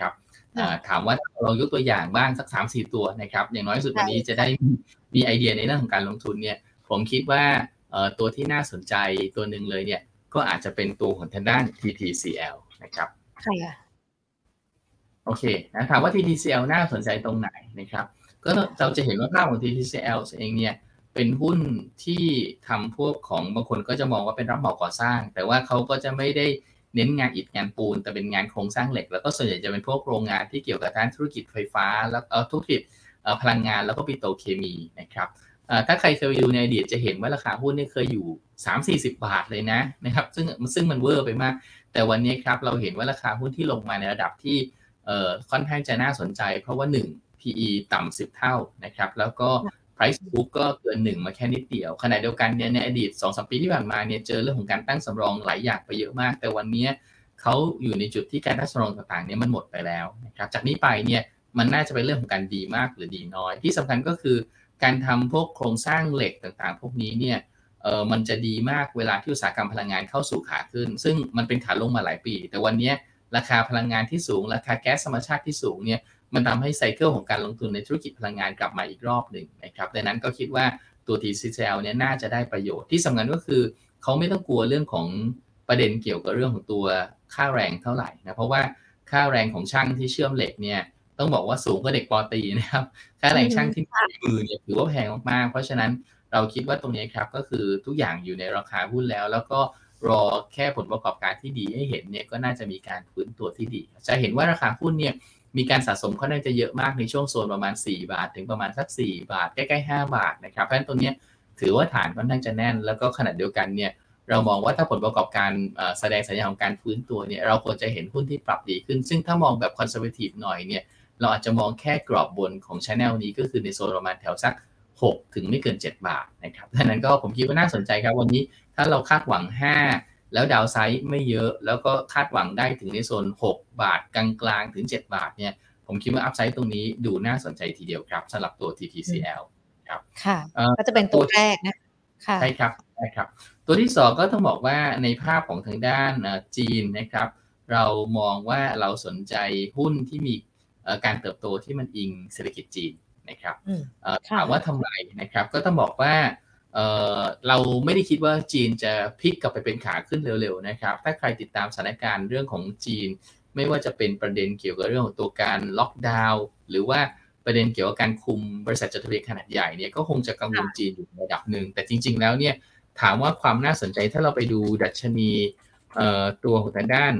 ถามว่าเรายกตัวอย่างบ้างสัก 3-4 ตัวนะครับอย่างน้อยสุดวันนี้จะได้มีไอเดียในเรื่องของการลงทุนเนี่ยผมคิดว่าตัวที่น่าสนใจตัวหนึ่งเลยเนี่ยก็อาจจะเป็นตัวของทางด้าน TTCL นะครับค่ะโอเคนะถามว่า TTCL น่าสนใจตรงไหนนะครับก็เราจะเห็นว่าภาพของ TTCL เองเนี่ยเป็นหุ้นที่ทำพวกของบางคนก็จะมองว่าเป็นรับเหมาก่อสร้างแต่ว่าเขาก็จะไม่ได้เน้นงานอิฐงานปูนแต่เป็นงานโครงสร้างเหล็กแล้วก็ส่วนใหญ่จะเป็นพวกโรงงานที่เกี่ยวกับด้านธุรกิจไฟฟ้าแล้วธุรกิจพลังงานแล้วก็ปิโตรเคมีนะครับถ้าใครเคยดูในอดีตจะเห็นว่าราคาหุ้นนี่เคยอยู่ 3-40 บาทเลยนะครับซึ่งมันเวอร์ไปมากแต่วันนี้ครับเราเห็นว่าราคาหุ้นที่ลงมาในระดับที่ค่อนข้างจะน่าสนใจเพราะว่า 1 PE ต่ำ10 เท่านะครับแล้วก็ price book ก็เกิน1มาแค่นิดเดียวขณะเดียวกันเนี่ยในอดีต 2-3 ปีที่ผ่านมาเนี่ยเจอเรื่องของการตั้งสำรองหลายอย่างไปเยอะมากแต่วันนี้เขาอยู่ในจุดที่การตั้งสำรองต่างๆเนี่ยมันหมดไปแล้วนะครับจากนี้ไปเนี่ยมันน่าจะเป็นเรื่องของการดีมากหรือดีน้อยที่สำคัญก็คือการทำพวกโครงสร้างเหล็กต่างๆพวกนี้เนี่ยมันจะดีมากเวลาที่อุตสาหกรรมพลังงานเข้าสู่ขาขึ้นซึ่งมันเป็นขาลงมาหลายปีแต่วันนี้ราคาพลังงานที่สูงราคาแก๊สธรรมชาติที่สูงเนี่ยมันทำให้ไซเคิลของการลงทุนในธุรกิจพลังงานกลับมาอีกรอบหนึ่งนะครับดังนั้นก็คิดว่าตัว TCL เนี่ยน่าจะได้ประโยชน์ที่สำคัญก็คือเขาไม่ต้องกลัวเรื่องของประเด็นเกี่ยวกับเรื่องของตัวค่าแรงเท่าไหร่นะเพราะว่าค่าแรงของช่างที่เชื่อมเหล็กเนี่ยต้องบอกว่าสูงกว่าเด็กป.ตรีนะครับค่าแรงช่างที่มือเนี่ยถือว่าแพงมากๆเพราะฉะนั้นเราคิดว่าตรงนี้ครับก็คือทุกอย่างอยู่ในราคาหุ้นแล้วก็รอแค่ผลประกอบการที่ดีให้เห็นเนี่ยก็น่าจะมีการฟื้นตัวที่ดีจะเห็นว่าราคาหุ้นเนี่ยมีการสะสมค่อนข้างจะเยอะมากในช่วงโซนประมาณ4 บาทถึงประมาณสัก4 บาทใกล้ๆ5 บาทนะครับเพราะฉะนั้นตรงนี้ถือว่าฐานค่อนข้างจะแน่นแล้วก็ขณะเดียวกันเนี่ยเรามองว่าถ้าผลประกอบการแสดงสัญญาณของการฟื้นตัวเนี่ยเราควรจะเห็นหุ้นที่ปรับดีขึ้นซึ่งถ้ามองแบบคอนเซอร์เวทีฟหน่อยเนี่ยเราอาจจะมองแค่กรอบบนของ channel นี้ก็คือในโซนประมาณแถวสัก6ถึงไม่เกิน7 บาทนะครับดังนั้นก็ผมคิดว่าน่าสนใจครับวันนี้ถ้าเราคาดหวัง5แล้วดาวไซด์ไม่เยอะแล้วก็คาดหวังได้ถึงในโซน6 บาทกลางๆถึง7 บาทเนี่ยผมคิดว่าอัพไซด์ตรงนี้ดูน่าสนใจทีเดียวครับสำหรับตัว TTCL ครับค่ะก็จะเป็นตัวแรกนะค่ะใช่ครับใช่ครับตัวที่2ก็ต้องบอกว่าในภาพของทางด้านจีนนะครับเรามองว่าเราสนใจหุ้นที่มีการเติบโตที่มันอิงเศรษฐกิจจีนนะครับถามว่าทำไมนะครับก็ต้องบอกว่าเราไม่ได้คิดว่าจีนจะพลิกกลับไปเป็นขาขึ้นเร็วๆนะครับถ้าใครติดตามสถานการณ์เรื่องของจีนไม่ว่าจะเป็นประเด็นเกี่ยวกับเรื่องของตัวการล็อกดาวน์หรือว่าประเด็นเกี่ยวกับการคุมบริษัทจดทะเบียนขนาดใหญ่เนี่ยก็คงจะกังวลจีนอยู่ในระดับหนึ่งแต่จริงๆแล้วเนี่ยถามว่าความน่าสนใจถ้าเราไปดูดัชนีตัวของทางด้าน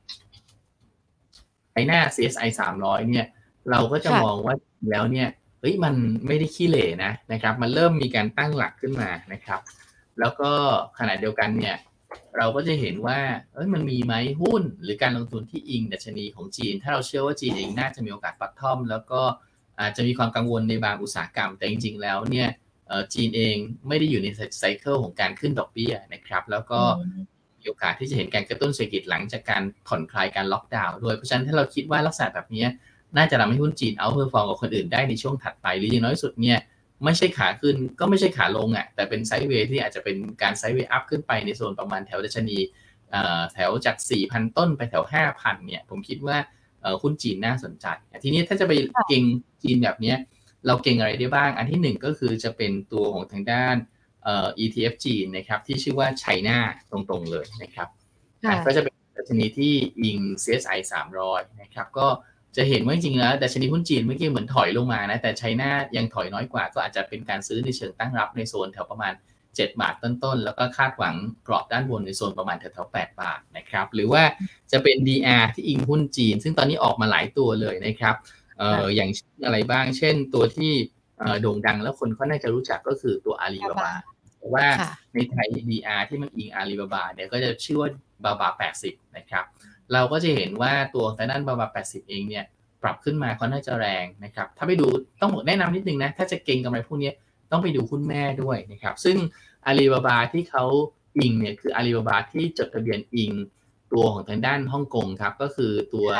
ไอ้หน้า CSI 300เนี่ยเราก็จะมองว่าแล้วเนี่ยมันไม่ได้ขี้เหร่นะครับมันเริ่มมีการตั้งหลักขึ้นมานะครับแล้วก็ขณะเดียวกันเนี่ยเราก็จะเห็นว่ามันมีไหมหุ้นหรือการลงทุนที่อิงดัชนีของจีนถ้าเราเชื่อว่าจีนเองน่าจะมีโอกาสปัดท่อมแล้วก็อาจจะมีความกังวลในบางอุตสาหกรรมแต่จริงๆแล้วเนี่ยจีนเองไม่ได้อยู่ในไซเคิลของการขึ้นดอกเบี้ยนะครับแล้วก็มีโอกาสที่จะเห็นการกระตุ้นเศรษฐกิจหลังจากการผ่อนคลายการล็อกดาวน์ด้วยเพราะฉะนั้นถ้าเราคิดว่าลักษณะแบบนี้น่าจะทำให้หุ้นจีนเอาท์เพอร์ฟอร์มกับคนอื่นได้ในช่วงถัดไปหรืออย่างน้อยสุดเนี่ยไม่ใช่ขาขึ้นก็ไม่ใช่ขาลงแต่เป็นไซด์เวย์ที่อาจจะเป็นการไซด์เวย์อัพขึ้นไปในโซนประมาณแถวดัชนีแถวจาก 4,000 ต้นไปแถว 5,000 เนี่ยผมคิดว่าหุ้นจีนน่าสนใจทีนี้ถ้าจะไปเก็งจีนแบบนี้เราเก็งอะไรได้บ้างอันที่1ก็คือจะเป็นตัวของทางด้านETF จีนนะครับที่ชื่อว่า China ตรงๆเลยนะครับก็จะเป็นดัชนีที่อิง CSI 300นะครับก็จะเห็นว่าจริงๆแล้วดัชนีหุ้นจีนเมื่อกี้เหมือนถอยลงมานะแต่ไชน่ายังถอยน้อยกว่าก็อาจจะเป็นการซื้อในเชิงตั้งรับในโซนแถวประมาณ7 บาทต้นๆแล้วก็คาดหวังกรอบด้านบนในโซนประมาณแถวๆ8 บาทนะครับหรือว่าจะเป็น DR ที่อิงหุ้นจีนซึ่งตอนนี้ออกมาหลายตัวเลยนะครับอย่างเช่นอะไรบ้างเช่นตัวที่โด่งดังแล้วคนเขาน่าจะรู้จักก็คือตัว Alibaba เพราะว่าในไทย DR ที่มันอิง Alibaba เนี่ยก็จะชื่อว่า BABA 80นะครับเราก็จะเห็นว่าตัวทางด้าน BABA 80เองเนี่ยปรับขึ้นมาค่อนข้างจะแรงนะครับถ้าไปดูต้องแนะนำนิดนึงนะถ้าจะเก็งกำไรพวกนี้ต้องไปดูหุ้นแม่ด้วยนะครับซึ่ง Alibaba ที่เขาอิงเนี่ยคือ Alibaba ที่จดทะเบียนอิงตัวของทางด้านฮ่องกงครับก็คือตัว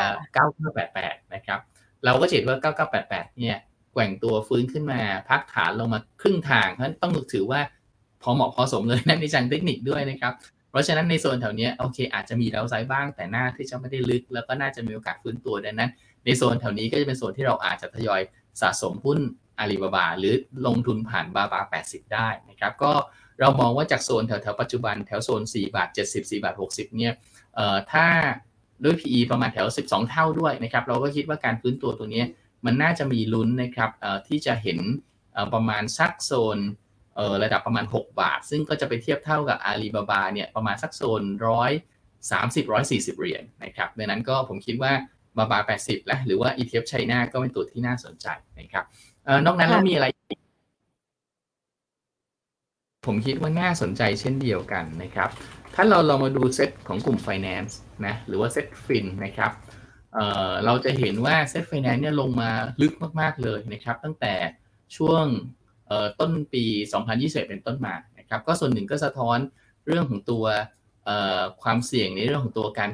9988นะครับเราก็เห็นว่า9988เนี่ยแกว่งตัวฟื้นขึ้นมาพักฐานลงมาครึ่งทางเพราะฉะนั้นต้องถือว่าพอเหมาะพอสมเลยในเชิงเทคนิคด้วยนะครับเพราะฉะนั้นในโซนแถวนี้โอเคอาจจะมีดาวไซด์บ้างแต่หน้าที่จะไม่ได้ลึกแล้วก็น่าจะมีโอกาสฟื้นตัวดังนั้นในในโซนแถวนี้ก็จะเป็นโซนที่เราอาจจะทยอยสะสมหุ้นอาลีบาบาหรือลงทุนผ่านบาบา80ได้นะครับก็เรามองว่าจากโซนแถวๆปัจจุบันแถวโซน4 บาท 70 4 บาท 60เนี่ยถ้าด้วย PE ประมาณแถว12เท่าด้วยนะครับเราก็คิดว่าการฟื้นตัวตัวนี้มันน่าจะมีลุ้นนะครับที่จะเห็นประมาณสักโซนระดับประมาณ6 บาทซึ่งก็จะไปเทียบเท่ากับอาลีบาบาเนี่ยประมาณสักโซน130-140 เหรียญนะครับดังนั้นก็ผมคิดว่าบาบา80และหรือว่า ETF ไชน่าก็เป็นตัวที่น่าสนใจนะครับนอกนั้นแล้วมีอะไรผมคิดว่าน่าสนใจเช่นเดียวกันนะครับถ้าเรามาดูเซตของกลุ่ม Finance นะหรือว่าเซตฟินนะครับเราจะเห็นว่าเซต Finance เนี่ยลงมาลึกมากๆเลยนะครับตั้งแต่ช่วงต้นปี2020เป็นต้นมานะครับก็ส่วนหนึ่งก็สะท้อนเรื่องของตัวความเสี่ยงในเรื่องของตัวการ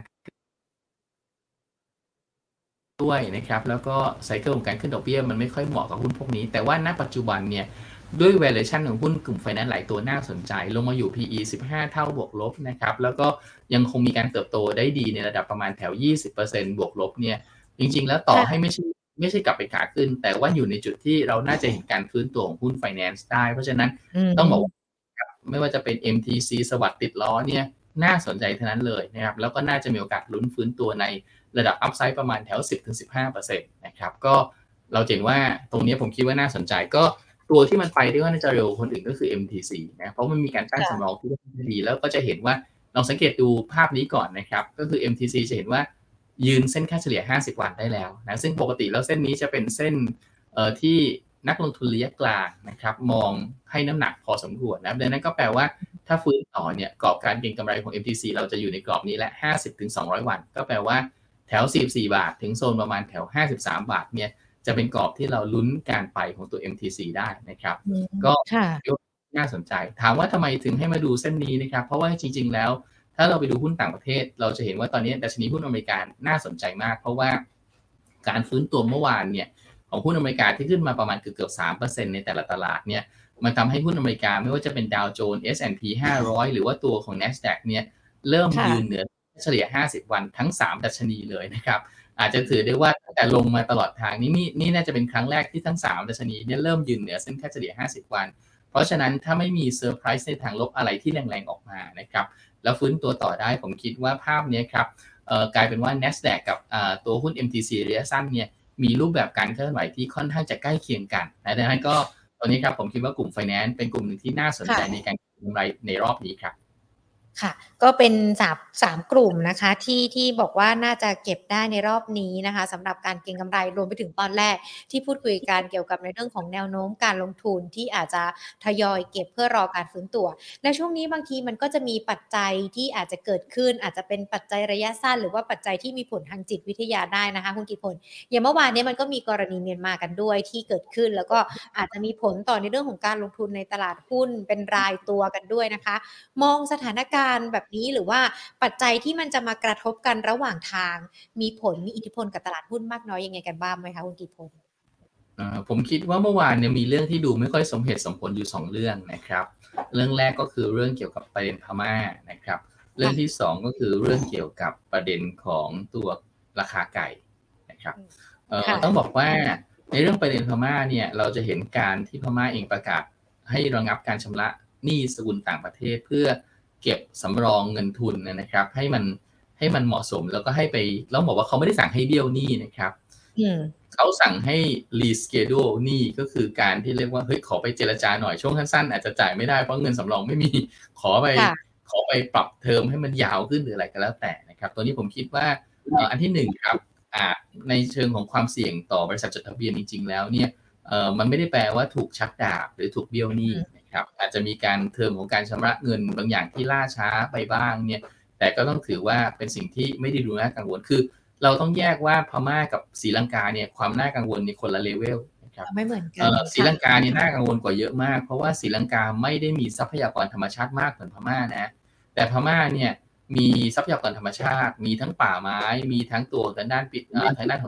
ด้วยนะครับแล้วก็ไซเคิลของการขึ้นดอกเบี้ยมันไม่ค่อยเหมาะกับหุ้นพวกนี้แต่ว่าณปัจจุบันเนี่ยด้วย valuation ของหุ้นกลุ่ม Finance หลายตัวน่าสนใจลงมาอยู่ PE 15 เท่าบวกลบนะครับแล้วก็ยังคงมีการเติบโตได้ดีในระดับประมาณแถว 20% บวกลบเนี่ยจริงๆแล้วต่อให้ไม่ใช่กลับไปขาขึ้นแต่ว่าอยู่ในจุดที่เราน่าจะเห็นการฟื้นตัวของหุ้น Finance ได้เพราะฉะนั้นต้องบอกว่าไม่ว่าจะเป็น MTC สวัสดิ์ติดล้อเนี่ยน่าสนใจทั้งนั้นเลยนะครับแล้วก็น่าจะมีโอกาสลุ้นฟื้นตัวในระดับอัพไซด์ประมาณแถว 10-15% นะครับก็เราเห็นว่าตรงนี้ผมคิดว่าน่าสนใจก็ตัวที่มันไปได้ว่าน่าจะเร็วคนอื่นก็คือ MTC นะเพราะมันมีการตั้งสำรองที่ดีแล้วก็จะเห็นว่าลองสังเกตดูภาพนี้ก่อนนะครับก็คือ MTC จะเห็นว่ายืนเส้นค่าเฉลี่ย50วันได้แล้วนะซึ่งปกติแล้วเส้นนี้จะเป็นเส้นที่นักลงทุนระยะกลางนะครับมองให้น้ำหนักพอสมควรนะดังนั้นก็แปลว่าถ้าฟื้นต่อเนี่ยกรอบการเก็งกำไรของ MTC เราจะอยู่ในกรอบนี้แหละ 50-200 วันก็แปลว่าแถว44 บาทถึงโซนประมาณแถว53 บาทเนี่ยจะเป็นกรอบที่เราลุ้นการไปของตัว MTC ได้นะครับก็น่าสนใจถามว่าทำไมถึงให้มาดูเส้นนี้นะครับเพราะว่าจริงๆแล้วถ้าเราไปดูหุ้นต่างประเทศเราจะเห็นว่าตอนนี้ดัชนีหุ้นอเมริกาน่าสนใจมากเพราะว่าการฟื้นตัวเมื่อวานเนี่ยของหุ้นอเมริกาที่ขึ้นมาประมาณเกือบ 3% ในแต่ละตลาดเนี่ยมันทำให้หุ้นอเมริกาไม่ว่าจะเป็นดาวโจนส์ S&P 500หรือว่าตัวของ NASDAQ เนี่ยเริ่มยืนเหนือเฉลี่ย50วันทั้ง3ดัชนีเลยนะครับอาจจะถือได้ว่าตั้งแต่ลงมาตลอดทางนี่น่าจะเป็นครั้งแรกที่ทั้ง3ดัชนีเนี่ยเริ่มยืนเหนือเส้นค่าเฉลี่ย50วันเพราะฉะนั้นถ้าไม่มีเซอร์ไพรส์ในทางลบอะไรที่แรงๆออกมานะครับแล้วฟื้นตัวต่อได้ผมคิดว่าภาพนี้ครับกลายเป็นว่า NASDAQ กับตัวหุ้น MTC ระยะสั้นเนี่ยมีรูปแบบการเคลื่อนไหวที่ค่อนข้างจะใกล้เคียงกันนะดังนั้นก็ตอนนี้ครับผมคิดว่ากลุ่ม Finance เป็นกลุ่มหนึ่งที่น่าสนใจในการกำไรในรอบนี้ครับค่ะก็เป็น3กลุ่มนะคะที่บอกว่าน่าจะเก็บได้ในรอบนี้นะคะสำหรับการเก็งกำไรรวมไปถึงตอนแรกที่พูดคุยกันเกี่ยวกับในเรื่องของแนวโน้มการลงทุนที่อาจจะทยอยเก็บเพื่อรอการฟื้นตัวและช่วงนี้บางทีมันก็จะมีปัจจัยที่อาจจะเกิดขึ้นอาจจะเป็นปัจจัยระยะสั้นหรือว่าปัจจัยที่มีผลทางจิตวิทยาได้นะคะคุณกิตพลอย่างเมื่อวานนี้มันก็มีกรณีเมียนมากันด้วยที่เกิดขึ้นแล้วก็อาจจะมีผลต่อในเรื่องของการลงทุนในตลาดหุ้นเป็นรายตัวกันด้วยนะคะมองสถานการณ์แบบนี้หรือว่าปัจจัยที่มันจะมากระทบกันระหว่างทางมีอิทธิพลกับตลาดหุ้นมากน้อยยังไงกันบ้างไหมคะคุณกิตพลผมคิดว่าเมื่อวานเนี่ยมีเรื่องที่ดูไม่ค่อยสมเหตุสมผลอยู่2เรื่องนะครับเรื่องแรกก็คือเรื่องเกี่ยวกับประเด็นพม่านะครับเรื่องที่2ก็คือเรื่องเกี่ยวกับประเด็นของตัวราคาไก่นะครับต้องบอกว่าในเรื่องประเด็นพม่าเนี่ยเราจะเห็นการที่พม่าเองประกาศให้ระงับการชำระหนี้สกุลต่างประเทศเพื่อเก็บสำรองเงินทุนนะครับให้มันเหมาะสมแล้วก็ให้ไปแล้วบอกว่าเขาไม่ได้สั่งให้เบี้ยวหนี้นะครับเขาสั่งให้รีสเกดูลหนี้ก็คือการที่เรียกว่าเฮ้ยขอไปเจรจาหน่อยช่วงสั้นๆอาจจะจ่ายไม่ได้เพราะเงินสำรองไม่มีขอไปปรับเทอมให้มันยาวขึ้นหรืออะไรก็แล้วแต่นะครับตัวนี้ผมคิดว่าอันที่1ครับในเชิงของความเสี่ยงต่อบริษัทจดทะเบียนจริงๆแล้วเนี่ยมันไม่ได้แปลว่าถูกชักดาบหรือถูกเบี้ยวหนี้นะครับอาจจะมีการเทอมของการชำระเงินบางอย่างที่ล่าช้าไปบ้างเนี่ยแต่ก็ต้องถือว่าเป็นสิ่งที่ไม่ได้ดูน่ากังวลคือเราต้องแยกว่าพม่ากับศรีลังกาเนี่ยความน่ากังวลในคนละเลเวลนะครับไม่เหมือนกันศรีลังกาเนี่ยน่ากังวลกว่าเยอะมากเพราะว่าศรีลังกาไม่ได้มีทรัพยากรธรรมชาติมากเหมือนพม่านะแต่พม่าเนี่ยมีทรัพยากรธรรมชาติมีทั้งป่าไม้มีทั้งตัวทางด้านของ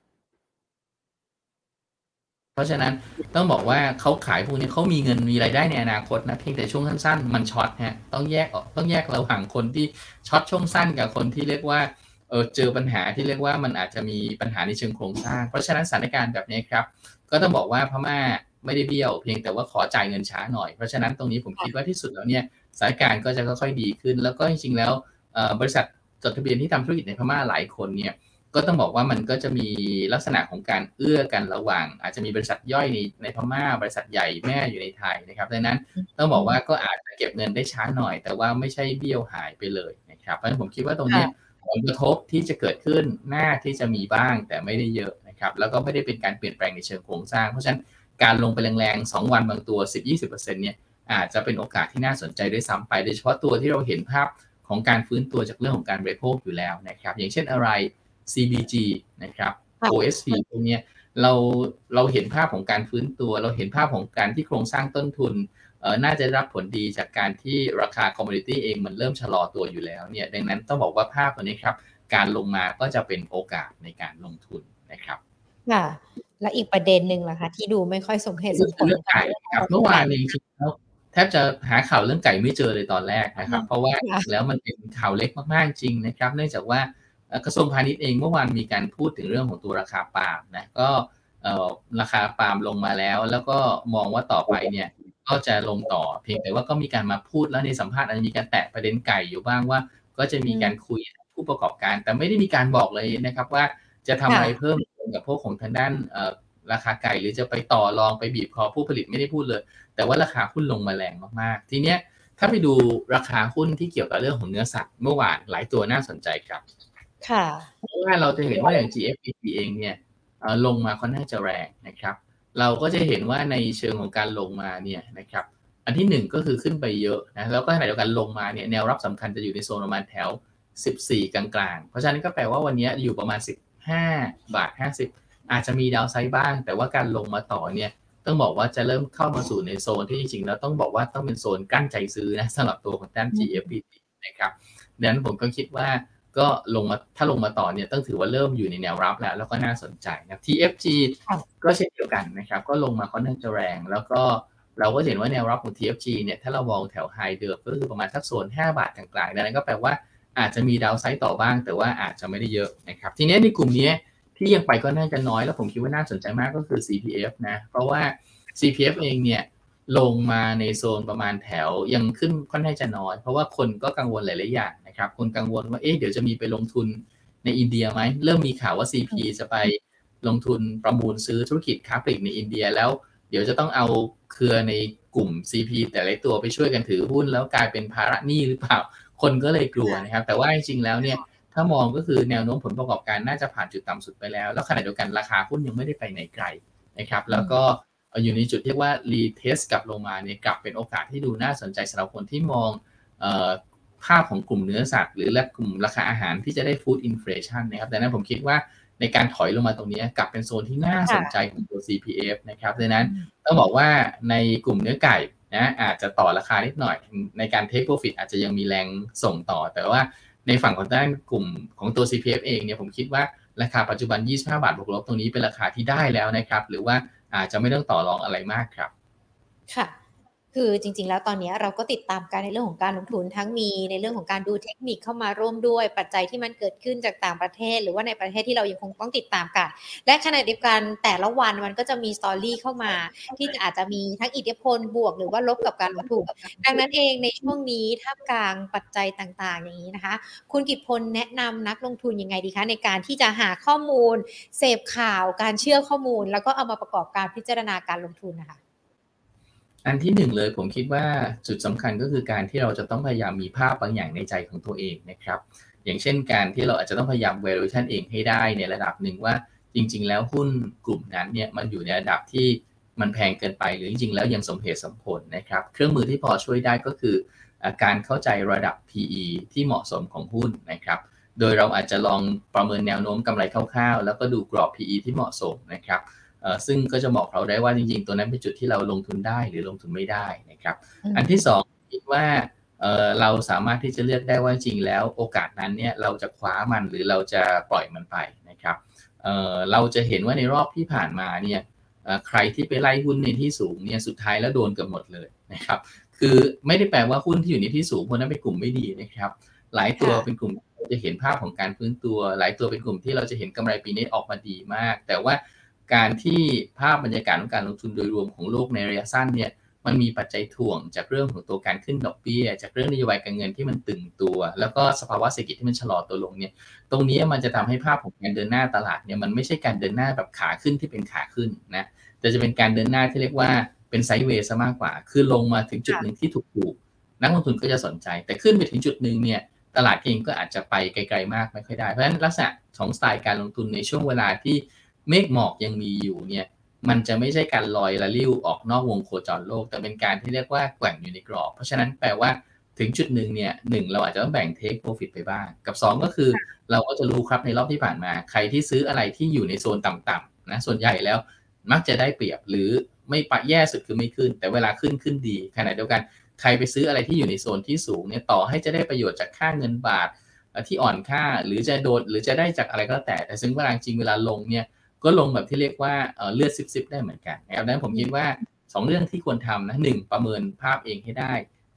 เพราะฉะนั้นต้องบอกว่าเขาขายพวกนี้เขามีเงินมีรายได้ในอนาคตนะเพียงแต่ช่วงสั้นๆมันช็อตฮะต้องแยกระหว่างคนที่ช็อตช่วงสั้นกับคนที่เรียกว่าเจอปัญหาที่เรียกว่ามันอาจจะมีปัญหาในเชิงโครงสร้างเพราะฉะนั้นสถานการณ์แบบนี้ครับก็ต้องบอกว่าพม่าไม่ได้เบี้ยวเพียงแต่ว่าขอจ่ายเงินช้าหน่อยเพราะฉะนั้นตรงนี้ผมคิดว่าที่สุดแล้วเนี่ยสถานการณ์ก็จะค่อยๆดีขึ้นแล้วก็จริงๆแล้วบริษัทจดทะเบียนที่ทำธุรกิจในพม่าหลายคนเนี่ยก็ต้องบอกว่ามันก็จะมีลักษณะของการเอื้อกันระหว่างอาจจะมีบริษัทย่อยในพม่าบริษัทใหญ่แม่อยู่ในไทยนะครับดังนั้นต้องบอกว่าก็อาจจะเก็บเงินได้ช้าหน่อยแต่ว่าไม่ใช่เบี้ยวหายไปเลยนะครับเพราะฉะนั้นผมคิดว่าตรงนี้ผลกระทบที่จะเกิดขึ้นน่าที่จะมีบ้างแต่ไม่ได้เยอะนะครับแล้วก็ไม่ได้เป็นการเปลี่ยนแปลงในเชิงโครงสร้างเพราะฉะนั้นการลงไปแรงๆ2วันบางตัว 10-20% เนี่ยอาจจะเป็นโอกาสที่น่าสนใจด้วยซ้ำไปโดยเฉพาะตัวที่เราเห็นภาพของการฟื้นตัวจากเรื่องของการบริโภคอยู่แล้วนะครับอย่างเช่นอะไร CBG นะครับ OSP พวกนี้เราเห็นภาพของการฟื้นตัวเราเห็นภาพของการที่โครงสร้างต้นทุนน่าจะรับผลดีจากการที่ราคาคอมมูนิตี้เองมันเริ่มชะลอตัวอยู่แล้วเนี่ยดังนั้นต้องบอกว่าภาพตัวนี้ครับการลงมาก็จะเป็นโอกาสในการลงทุนนะครับค่ะและอีกประเด็นหนึ่งล่ะคะที่ดูไม่ค่อยสมเหตุสมผลเรื่องไก่ครับเมื่อวานจริงๆแล้วแทบจะหาข่าวเรื่องไก่ไม่เจอเลยตอนแรกนะครับเพราะว่าแล้วมันเป็นข่าวเล็กมากๆจริงนะครับเนื่องจากว่ากระทรวงพาณิชย์เองเมื่อวานมีการพูดถึงเรื่องของตัวราคาปาล์มนะก็ราคาปาล์มลงมาแล้วก็มองว่าต่อไปเนี่ยก็จะลงต่อเพียงแต่ว่าก็มีการมาพูดแล้วในสัมภาษณ์อาจจะมีการแตะประเด็นไก่อยู่บ้างว่าก็จะมีการคุยผู้ประกอบการแต่ไม่ได้มีการบอกเลยนะครับว่าจะทำอะไรเพิ่มเติมกับพวกของทางด้านราคาไก่หรือจะไปต่อรองไปบีบคอผู้ผลิตไม่ได้พูดเลยแต่ว่าราคาหุ้นลงมาแรงมากๆทีเนี้ยถ้าไปดูราคาหุ้นที่เกี่ยวกับเรื่องของเนื้อสัตว์เมื่อวานหลายตัวน่าสนใจครับค่ะเพราะว่าเราจะเห็นว่าอย่าง GFPT เองเนี่ยลงมาค่อนข้างจะแรงนะครับเราก็จะเห็นว่าในเชิงของการลงมาเนี่ยนะครับอันที่1ก็คือขึ้นไปเยอะนะแล้วก็ขณะเดียวกันลงมาเนี่ยแนวรับสำคัญจะอยู่ในโซนประมาณแถว14กลางๆเพราะฉะนั้นก็แปลว่าวันนี้อยู่ประมาณ15.50 อาจจะมีดาวไซด์บ้างแต่ว่าการลงมาต่อเนี่ยต้องบอกว่าจะเริ่มเข้ามาสู่ในโซนที่จริงๆแล้วต้องบอกว่าต้องเป็นโซนกั้นใจซื้อนะสำหรับตัวของด้าน GFPT นะครับดังนั้นผมก็คิดว่าก็ลงมาถ้าลงมาต่อเนี่ยต้องถือว่าเริ่มอยู่ในแนวรับแล้วก็น่าสนใจนะ TFG ก็เช่นเดียวกันนะครับก็ลงมาค่อนข้างจะแรงแล้วก็เราก็เห็นว่าแนวรับของ TFG เนี่ยถ้าเรามองแถวไฮเดิมก็คือประมาณสักโซน5 บาทกลางๆดังนั้นก็แปลว่าอาจจะมีดาวไซด์ต่อบ้างแต่ว่าอาจจะไม่ได้เยอะนะครับทีนี้ในกลุ่มนี้ที่ยังไปก็น่าจะน้อยแล้วผมคิดว่าน่าสนใจมากก็คือ CPF นะเพราะว่า CPF เองเนี่ยลงมาในโซนประมาณแถวยังขึ้นค่อนข้างจะน้อยเพราะว่าคนก็กังวลหลายๆอย่างนะครับคนกังวลว่าเดี๋ยวจะมีไปลงทุนในอินเดียไหมเริ่มมีข่าวว่า CP จะไปลงทุนประมูลซื้อธุรกิจค้าปลีกในอินเดียแล้วเดี๋ยวจะต้องเอาเครือในกลุ่ม CP แต่ละตัวไปช่วยกันถือหุ้นแล้วกลายเป็นภาระหนี้หรือเปล่าคนก็เลยกลัวนะครับแต่ว่าจริงๆแล้วเนี่ยถ้ามองก็คือแนวโน้มผลประกอบการน่าจะผ่านจุดต่ำสุดไปแล้วแล้วขณะเดียวกันราคาหุ้นยังไม่ได้ไปไหนไกลนะครับแล้วก็อยู่ในจุดที่ว่ารีเทสกลับลงมาเนี่ยกลับเป็นโอกาสที่ดูน่าสนใจสำหรับคนที่มองภาพของกลุ่มเนื้อสัตว์หรือและกลุ่มราคาอาหารที่จะได้ฟู้ดอินเฟลชันนะครับดังนั้นผมคิดว่าในการถอยลงมาตรงนี้กลับเป็นโซนที่น่าสนใจของตัว CPF นะครับดังนั้นต้องบอกว่าในกลุ่มเนื้อไก่นะอาจจะต่อราคานิดหน่อยในการ take profit อาจจะยังมีแรงส่งต่อแต่ว่าในฝั่งของด้านกลุ่มของตัว CPF เองเนี่ยผมคิดว่าราคาปัจจุบัน25 บาทบวกลบตรงนี้เป็นราคาที่ได้แล้วนะครับหรือว่าอาจจะไม่ต้องต่อรองอะไรมากครับค่ะคือจริงๆแล้วตอนนี้เราก็ติดตามการในเรื่องของการลงทุนทั้งมีในเรื่องของการดูเทคนิคเข้ามาร่วมด้วยปัจจัยที่มันเกิดขึ้นจากต่างประเทศหรือว่าในประเทศที่เรายังคงต้องติดตามกันและขณะเดียวกันแต่ละวันมันก็จะมีสตอรี่เข้ามาที่อาจจะมีทั้งอิทธิพลบวกหรือว่าลบกับการลงทุนดังนั้นเองในช่วงนี้ท่ามกลางปัจจัยต่างๆอย่างนี้นะคะคุณกิตพลแนะนำนักลงทุนยังไงดีคะในการที่จะหาข้อมูลเสพข่าวการเชื่อข้อมูลแล้วก็เอามาประกอบการพิจารณาการลงทุนนะคะอันที่1เลยผมคิดว่าจุดสำคัญก็คือการที่เราจะต้องพยายามมีภาพบางอย่างในใจของตัวเองนะครับอย่างเช่นการที่เราอาจจะต้องพยายาม valuation เองให้ได้ในระดับหนึ่งว่าจริงๆแล้วหุ้นกลุ่มนั้นเนี่ยมันอยู่ในระดับที่มันแพงเกินไปหรือจริงๆแล้วยังสมเหตุสมผลนะครับเครื่องมือที่พอช่วยได้ก็คือการเข้าใจระดับ PE ที่เหมาะสมของหุ้นนะครับโดยเราอาจจะลองประเมินแนวโน้มกำไรคร่าวๆแล้วก็ดูกรอบ PE ที่เหมาะสมนะครับซึ่งก็จะบอกเราได้ว่าจริงๆตัวนั้นเป็นจุดที่เราลงทุนได้หรือลงทุนไม่ได้นะครับอันที่2คิดว่าเราสามารถที่จะเลือกได้ว่าจริงแล้วโอกาสนั้นเนี่ยเราจะคว้ามันหรือเราจะปล่อยมันไปนะครับเราจะเห็นว่าในรอบที่ผ่านมาเนี่ยใครที่ไปไล่หุ้นในที่สูงเนี่ยสุดท้ายแล้วโดนเกือบหมดเลยนะครับคือไม่ได้แปลว่าหุ้นที่อยู่ในที่สูงพวกนั้นเป็นกลุ่มไม่ดีนะครับหลายตัวเป็นกลุ่มโตเราจะเห็นภาพของการฟื้นตัวหลายตัวเป็นกลุ่มที่เราจะเห็นกำไรปีนี้ออกมาดีมากแต่ว่าการที่ภาพบรรยากาศของการลงทุนโดยรวมของโลกในระยะสั้นเนี่ยมันมีปัจจัยถ่วงจากเรื่องของตัวการขึ้นดอกเบี้ยจากเรื่องนโยบายการเงินที่มันตึงตัวแล้วก็สภาวะเศรษฐกิจที่มันชะลอตัวลงเนี่ยตรงนี้มันจะทำให้ภาพของการเดินหน้าตลาดเนี่ยมันไม่ใช่การเดินหน้าแบบขาขึ้นที่เป็นขาขึ้นนะแต่จะเป็นการเดินหน้าที่เรียกว่าเป็นไซด์เวย์ซะมากกว่าคือลงมาถึงจุดหนึ่งที่ถูกนักลงทุนก็จะสนใจแต่ขึ้นไปถึงจุดนึงเนี่ยตลาดเองก็อาจจะไปไกลๆมากไม่ค่อยได้เพราะฉะนั้นลักษณะของสไตล์การลงทุนในช่วงเวลาที่เมฆหมอกยังมีอยู่เนี่ยมันจะไม่ใช่การลอยละลิ้วออกนอกวงโคจรโลกแต่เป็นการที่เรียกว่าแกว่งอยู่ในกรอบเพราะฉะนั้นแปลว่าถึงจุดหนึ่งเนี่ย1เราอาจจะต้องแบ่งเทคโปรฟิตไปบ้างกับ2ก็คือเราก็จะรู้ครับในรอบที่ผ่านมาใครที่ซื้ออะไรที่อยู่ในโซนต่ำๆนะส่วนใหญ่แล้วมักจะได้เปรียบหรือไม่ปะแย่สุดคือไม่ขึ้นแต่เวลาขึ้นดีขณะเดียวกันใครไปซื้ออะไรที่อยู่ในโซนที่สูงเนี่ยต่อให้จะได้ประโยชน์จากค่าเงินบาทที่อ่อนค่าหรือจะโดนหรือจะได้จากอะไรก็แต่ซึ่งเวลาจริงเวลาลงเนี่ยก็ลงแบบที่เรียกว่าเลือดซิบๆได้เหมือนกันนะครับดังนั้นผมคิดว่า2เรื่องที่ควรทำนะ1ประเมินภาพเองให้ได้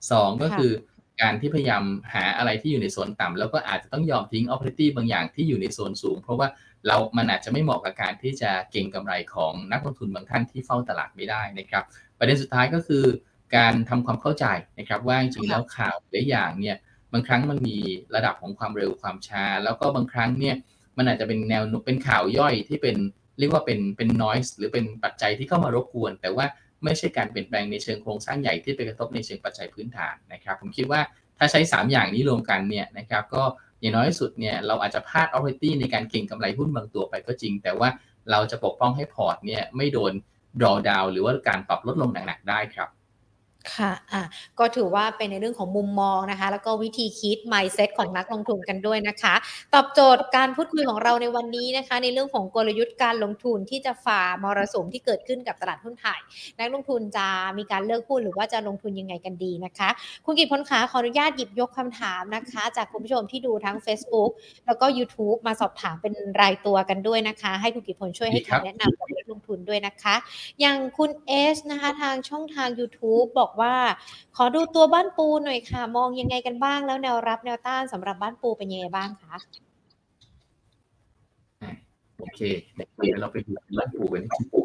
2ก็คือการที่พยายามหาอะไรที่อยู่ในโซนต่ำแล้วก็อาจจะต้องยอมทิ้ง opportunity บางอย่างที่อยู่ในโซนสูงเพราะว่ามันอาจจะไม่เหมาะกับการที่จะเก็งกำไรของนักลงทุนบางท่านที่เฝ้าตลาดไม่ได้นะครับประเด็นสุดท้ายก็คือการทำความเข้าใจนะครับว่าจริงๆแล้วข่าวหลายอย่างเนี่ยบางครั้งมันมีระดับของความเร็วความช้าแล้วก็บางครั้งเนี่ยมันอาจจะเป็นแนวเป็นข่าวย่อยที่เป็นเรียกว่าเป็น noise หรือเป็นปัจจัยที่เข้ามารบกวนแต่ว่าไม่ใช่การเปลี่ยนแปลงในเชิงโครงสร้างใหญ่ที่ไปกระทบในเชิงปัจจัยพื้นฐานนะครับผมคิดว่าถ้าใช้3อย่างนี้รวมกันเนี่ยนะครับก็อย่างน้อยที่สุดเนี่ยเราอาจจะพลาด opportunity ในการเก็งกำไรหุ้นบางตัวไปก็จริงแต่ว่าเราจะปกป้องให้พอร์ตเนี่ยไม่โดน drawdown หรือว่าการปรับลดลงหนักๆได้ครับค่ะก็ถือว่าเป็นในเรื่องของมุมมองนะคะแล้วก็วิธีคิด mindset ของนักลงทุนกันด้วยนะคะตอบโจทย์การพูดคุยของเราในวันนี้นะคะในเรื่องของกลยุทธ์การลงทุนที่จะฝ่ามรสุมที่เกิดขึ้นกับตลาดหุ้นไทยนักลงทุนจะมีการเลือกหุ้นหรือว่าจะลงทุนยังไงกันดีนะคะคุณกิตพลขาขออนุญาตหยิบยกคำถามนะคะจากคุณผู้ชมที่ดูทั้ง Facebook แล้วก็ YouTube มาสอบถามเป็นรายตัวกันด้วยนะคะให้คุณกิตพลช่วยให้คำแนะนำกับนักลงทุนด้วยนะคะอย่างคุณเอสนะคะทางช่องทาง YouTube บอกว่าขอดูตัวบ้านปูหน่อยค่ะมองยังไงกันบ้างแล้วแนวรับแนวต้านสำหรับบ้านปูเป็นยังไงบ้างคะโอเคเดี๋ยวเราไปดูบ้านปูกัน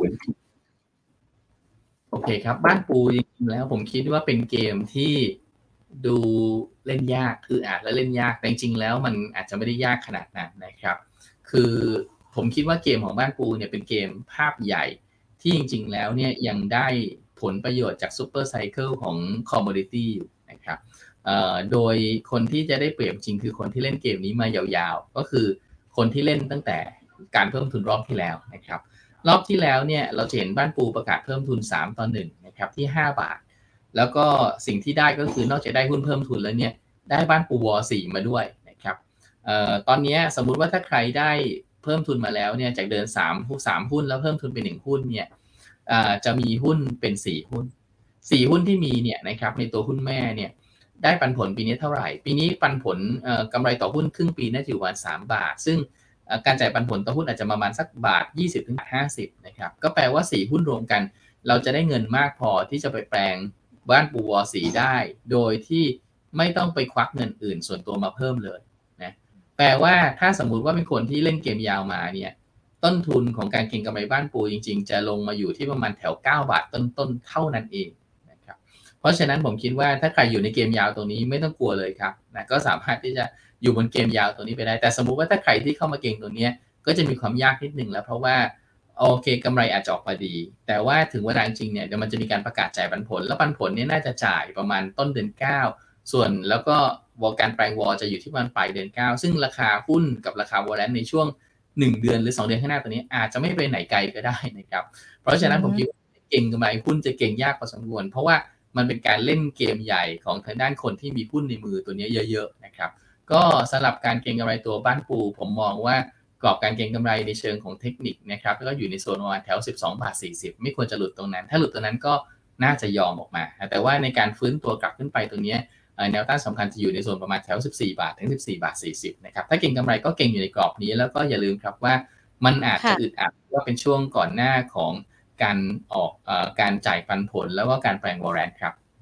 โอเคครับบ้านปูจริงๆแล้วผมคิดว่าเป็นเกมที่ดูเล่นยากคืออาจจะเล่นยากแต่จริงๆแล้วมันอาจจะไม่ได้ยากขนาดนั้นนะครับคือผมคิดว่าเกมของบ้านปูเนี่ยเป็นเกมภาพใหญ่ที่จริงๆแล้วเนี่ยยังได้ผลประโยชน์จากซูเปอร์ไซเคิลของคอมโมดิตี้อยู่นะครับโดยคนที่จะได้เปรียบจริงคือคนที่เล่นเกมนี้มายาวๆก็คือคนที่เล่นตั้งแต่การเพิ่มทุนรอบที่แล้วนะครับรอบที่แล้วเนี่ยเราจะเห็นบ้านปูประกาศเพิ่มทุน3-1นะครับที่5บาทแล้วก็สิ่งที่ได้ก็คือนอกจากได้หุ้นเพิ่มทุนแล้วเนี่ยได้บ้านปูวอ4มาด้วยนะครับตอนนี้สมมุติว่าถ้าใครได้เพิ่มทุนมาแล้วเนี่ยจากเดิน3หุ้นแล้วเพิ่มทุนเป็น1หุ้นเนี่ยจะมีหุ้นเป็น4หุ้น4หุ้นที่มีเนี่ยนะครับในตัวหุ้นแม่เนี่ยได้ปันผลปีนี้เท่าไหร่ปีนี้ปันผลกำไรต่อหุ้นครึ่งปีน่าจะอยู่ประมาณ3บาทซึ่งการจ่ายปันผลต่อหุ้นอาจจะประมาณสักบาท20ถึง50นะครับก็แปลว่า4หุ้นรวมกันเราจะได้เงินมากพอที่จะไปแปลงบ้านปูวอ4ได้โดยที่ไม่ต้องไปควักเงินอื่นส่วนตัวมาเพิ่มเลยนะแปลว่าถ้าสมมุติว่าเป็นคนที่เล่นเกมยาวมาเนี่ยต้นทุนของการเก็งกำไรบ้านปูจริงๆจะลงมาอยู่ที่ประมาณแถว9บาทต้นๆเท่านั้นเองนะครับเพราะฉะนั้นผมคิดว่าถ้าใครอยู่ในเกมยาวตรงนี้ไม่ต้องกลัวเลยครับนะก็สามารถที่จะอยู่บนเกมยาวตัวนี้ไปได้แต่สมมุติว่าถ้าใครที่เข้ามาเก็งตัวนี้ก็จะมีความยากนิดนึงแล้วเพราะว่าโอเคกำไรอาจจะออกมาดีแต่ว่าถึงเวลาจริงเนี่ยเดี๋ยวมันจะมีการประกาศจ่ายปันผลแล้วปันผลเนี่ยน่าจะจ่ายประมาณต้นเดือน9ส่วนแล้วก็การแปลงวอจะอยู่ที่ประมาณปลายเดือน9ซึ่งราคาหุ้นกับราคาวอลเลนในช่วง1เดือนหรือ2เดือนข้างหน้าตัวนี้อาจจะไม่ไปไหนไกลก็ได้นะครับเพราะฉะนั้นผมคิดว่าเก่งกำไรหุ้นจะเก่งยากพอสมควรเพราะว่ามันเป็นการเล่นเกมใหญ่ของทางด้านคนที่มีหุ้นในมือตัวนี้เยอะๆนะครับก็สำหรับการเก็งกำไรตัวบ้านปูผมมองว่ากรอบการเก็งกำไรในเชิงของเทคนิคนะครับแล้วก็อยู่ในโซนประมาณแถว12.40 ไม่ควรจะหลุดตรงนั้นถ้าหลุดตรงนั้นก็น่าจะยอมออกมาแต่ว่าในการฟื้นตัวกลับขึ้นไปตรงนี้แนวต้านสำคัญจะอยู่ในโซนประมาณแถว14 บาทถึง14.40 นะครับถ้าเก็งกำไรก็เก็งอยู่ในกรอบนี้แล้วก็อย่าลืมครับว่ามันอาจจะอึดอัดว่าเป็นช่วงก่อนหน้าของการออกการจ่ายปันผลแล้วก็การแปลงวอร์เรนต์ครับ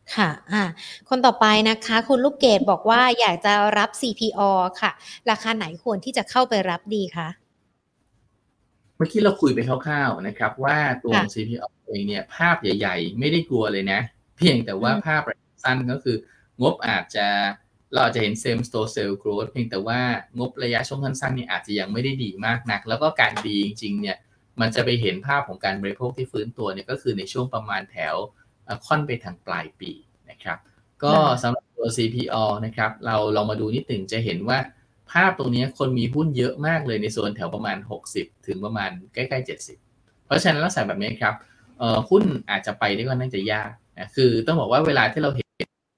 ค่ะคนต่อไปนะคะ คุณลูกเกดบอกว่าอยากจะรับ CPO ค่ะ ราคาไหนควรที่จะเข้าไปรับดีคะเมื่อกี้เราคุยไปคร่าวๆนะครับว่าตัวของค่ะ CPO เองเนี่ยภาพใหญ่ๆไม่ได้กลัวเลยนะเพียงแต่ว่าภาพระยะสั้นก็คืองบอาจจะเราอาจจะเห็น Same Store Sales Growth เพียงแต่ว่างบระยะช่วงสั้นๆเนี่ยอาจจะยังไม่ได้ดีมากนักแล้วก็การดีจริงๆเนี่ยมันจะไปเห็นภาพของการบริโภคที่ฟื้นตัวเนี่ยก็คือในช่วงประมาณแถวค่อนไปทางปลายปีนะครับก็สำหรับตัว CPO นะครับเราลองมาดูนิดหนึ่งจะเห็นว่า ภาพตรงนี้คนมีหุ้นเยอะมากเลยในโซนแถวประมาณ60ถึงประมาณใกล้ๆ70เพราะฉะนั้นลักษณะแบบนี้ครับหุ้นอาจจะไปได้ค่อนข้างจะยากนะคือต้องบอกว่าเวลาที่เราเห็น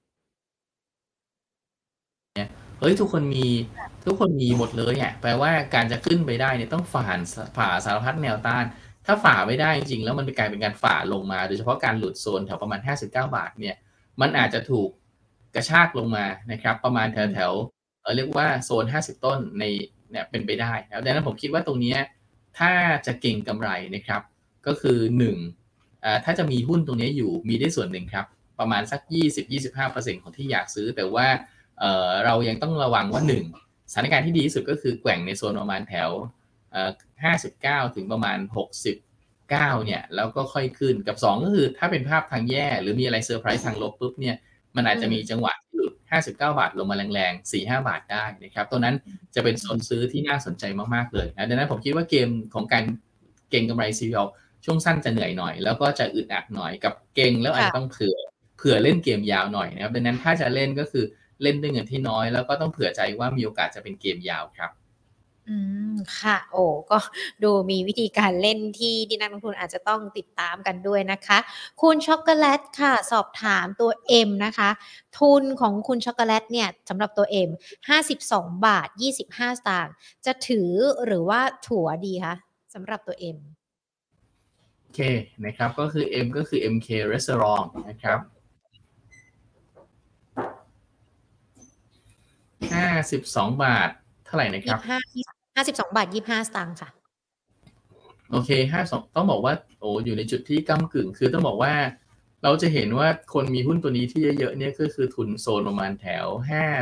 เฮ้ยทุกคนมีหมดเลยอ่ะแปลว่าการจะขึ้นไปได้เนี่ยต้องฝ่าสารพัดแนวต้านถ้าฝ่าไม่ได้จริงๆแล้วมันกลายเป็นการฝ่าลงมาโดยเฉพาะการหลุดโซนแถวประมาณ59 บาทเนี่ยมันอาจจะถูกกระชากลงมานะครับประมาณแถวเรียกว่าโซน50ต้นในเนี่ยเป็นไปได้นะดังนั้นผมคิดว่าตรงนี้ถ้าจะเก่งกำไรนะครับก็คือ1ถ้าจะมีหุ้นตรงนี้อยู่มีได้ส่วนหนึ่งครับประมาณสัก20-25%ของที่อยากซื้อแต่ว่าเรายังต้องระวังว่า1สถานการณ์ที่ดีที่สุดก็คือแกว่งในโซนประมาณแถว59ถึงประมาณ69เนี่ยแล้วก็ค่อยขึ้นกับ2ก็คือถ้าเป็นภาพทางแย่หรือมีอะไรเซอร์ไพรส์ทางลบปุ๊บเนี่ยมันอาจจะมีจังหวะหลุด59บาทลงมาแรงๆ4-5 บาทได้นะครับตัวนั้นจะเป็นโซนซื้อที่น่าสนใจมากๆเลยนะดังนั้นผมคิดว่าเกมของการเก็งกำไร CPO ช่วงสั้นจะเหนื่อยหน่อยแล้วก็จะอึดอัดหน่อยกับเก็งแล้วอาจจะต้องเผื่อเล่นเกมยาวหน่อยนะครับดังนั้นถ้าจะเล่นก็คือเล่นด้วยเงินที่น้อยแล้วก็ต้องเผื่อใจว่ามีโอกาสจะเป็นเกมยาวครับค่ะโอ้ก็ดูมีวิธีการเล่นที่นักลงทุนอาจจะต้องติดตามกันด้วยนะคะคุณช็อกโกแลตค่ะสอบถามตัว M นะคะทุนของคุณช็อกโกแลตเนี่ยสำหรับตัว M 52.25 สตางค์จะถือหรือว่าถัวดีคะสำหรับตัว M โอเคนะครับก็คือ M ก็คือ MK Restaurant นะครับ52บาทเท่าไหร่นะครับ 52.25 สตางค์ค่ะโอเค52ต้องบอกว่าโอ้อยู่ในจุดที่ก้ำกึ่งคือต้องบอกว่าเราจะเห็นว่าคนมีหุ้นตัวนี้ที่เยอะๆเนี่ยก็คือทุนโซนประมาณแถว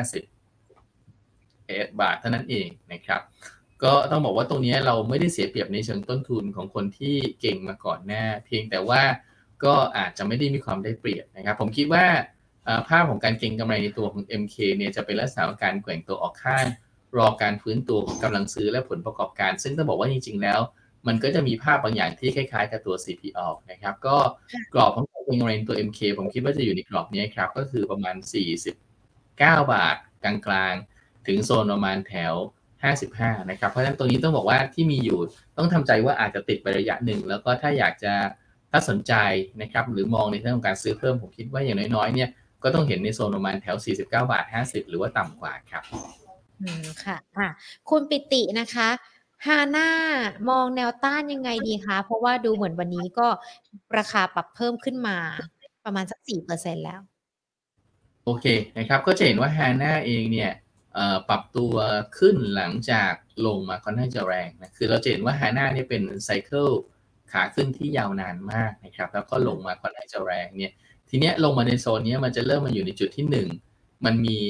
51บาทเท่านั้นเองนะครับก็ต้องบอกว่าตรงนี้เราไม่ได้เสียเปรียบในเชิงต้นทุนของคนที่เก่งมาก่อนหน้าเพียงแต่ว่าก็อาจจะไม่ได้มีความได้เปรียบนะครับผมคิดว่าภาพของการเก็งกำไรในตัวของ MK เนี่ยจะเป็นลักษณะของการแกว่งตัวออกข้างรอการฟื้นตัวของกำลังซื้อและผลประกอบการซึ่งต้องบอกว่าจริงๆแล้วมันก็จะมีภาพบางอย่างที่คล้ายๆกับตัว CPO นะครับก็กรอบของการเก็งกำไรในตัว MK ผมคิดว่าจะอยู่ในกรอบนี้ครับก็คือประมาณ49 บาทกลางๆถึงโซนประมาณแถว55นะครับเพราะฉะนั้นตรงนี้ต้องบอกว่าที่มีอยู่ต้องทำใจว่าอาจจะติดไประยะหนึ่งแล้วก็ถ้าสนใจนะครับหรือมองในเรื่องของการซื้อเพิ่มผมคิดว่าอย่างน้อยๆเนี่ยก็ต้องเห็นในโซนประมาณแถว49.50หรือว่าต่ำกว่าครับค่ะคุณปิตินะคะฮาน่ามองแนวต้านยังไงดีคะเพราะว่าดูเหมือนวันนี้ก็ราคาปรับเพิ่มขึ้นมาประมาณสัก 4% แล้วโอเคนะครับก็จะเห็นว่า HANA เองเนี่ยปรับตัวขึ้นหลังจากลงมาค่อนข้างจะแรงนะคือเราจะเห็นว่า HANA เนี่ยเป็นไซเคิลขาขึ้นที่ยาวนานมากนะครับแล้วก็ลงมาค่อนข้างจะแรงเนี่ยทีเนี้ยลงมาในโซนนี้มันจะเริ่มมาอยู่ในจุดที่1มันมี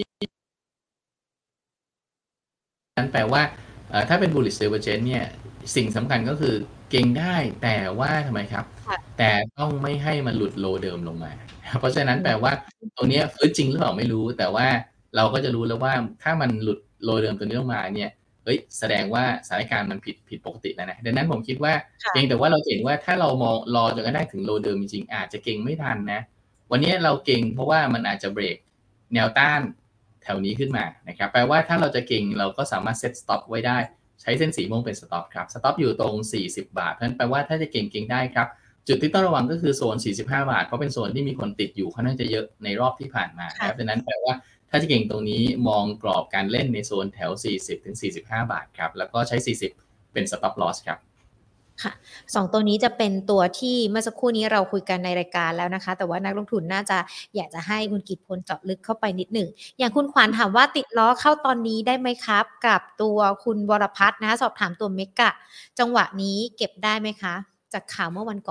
นั่นแปลว่าถ้าเป็น bullish divergence เนี่ยสิ่งสำคัญก็คือเก็งได้แต่ว่าทำไมครับแต่ต้องไม่ให้มันหลุดโลเดิมลงมาเพราะฉะนั้นแปลว่าตรงนี้ฟื้นจริงหรือเปล่าไม่รู้แต่ว่าเราก็จะรู้แล้วว่าถ้ามันหลุดโลเดิมตัวนี้ลงมาเนี่ยเฮ้ยแสดงว่าสถานการณ์มันผิดปกติแล้วนะดังนั้นผมคิดว่าเพียงแต่ว่าเราเห็นว่าถ้าเรามองรอจนกระทั่งถึงโลเดิมจริงๆอาจจะเก็งไม่ทันนะวันนี้เราเก็งเพราะว่ามันอาจจะเบรกแนวต้านแถวนี้ขึ้นมานะครับแปลว่าถ้าเราจะเก็งเราก็สามารถเซตสต็อปไว้ได้ใช้เส้นสีม่วงเป็นสต็อปครับสต็อปอยู่ตรง40บาทเพราะฉะนั้นแปลว่าถ้าจะเก็งได้ครับจุดที่ต้องระวังก็คือโซน45บาทเพราะเป็นโซนที่มีคนติดอยู่ค่อนข้างจะเยอะในรอบที่ผ่านมาครับดังนั้นแปลว่าถ้าจะเก็งตรงนี้มองกรอบการเล่นในโซนแถว40-45 บาทครับแล้วก็ใช้40เป็นสต็อปลอสครับค่ะ2ตัวนี้จะเป็นตัวที่เมื่อสักครู่นี้เราคุยกันในรายการแล้วนะคะแต่ว่านักลงทุนน่าจะอยากจะให้คุณกิตพลเจาะลึกเข้าไปนิดหนึ่งอย่างคุณขวัญถามว่าติดล้อเข้าตอนนี้ได้ไหมครับกับตัวคุณวรพัฒน์นะคะสอบถามตัวเมกะจังหวะนี้เก็บได้ไหมคะจากข่าวเมื่อวันก่อน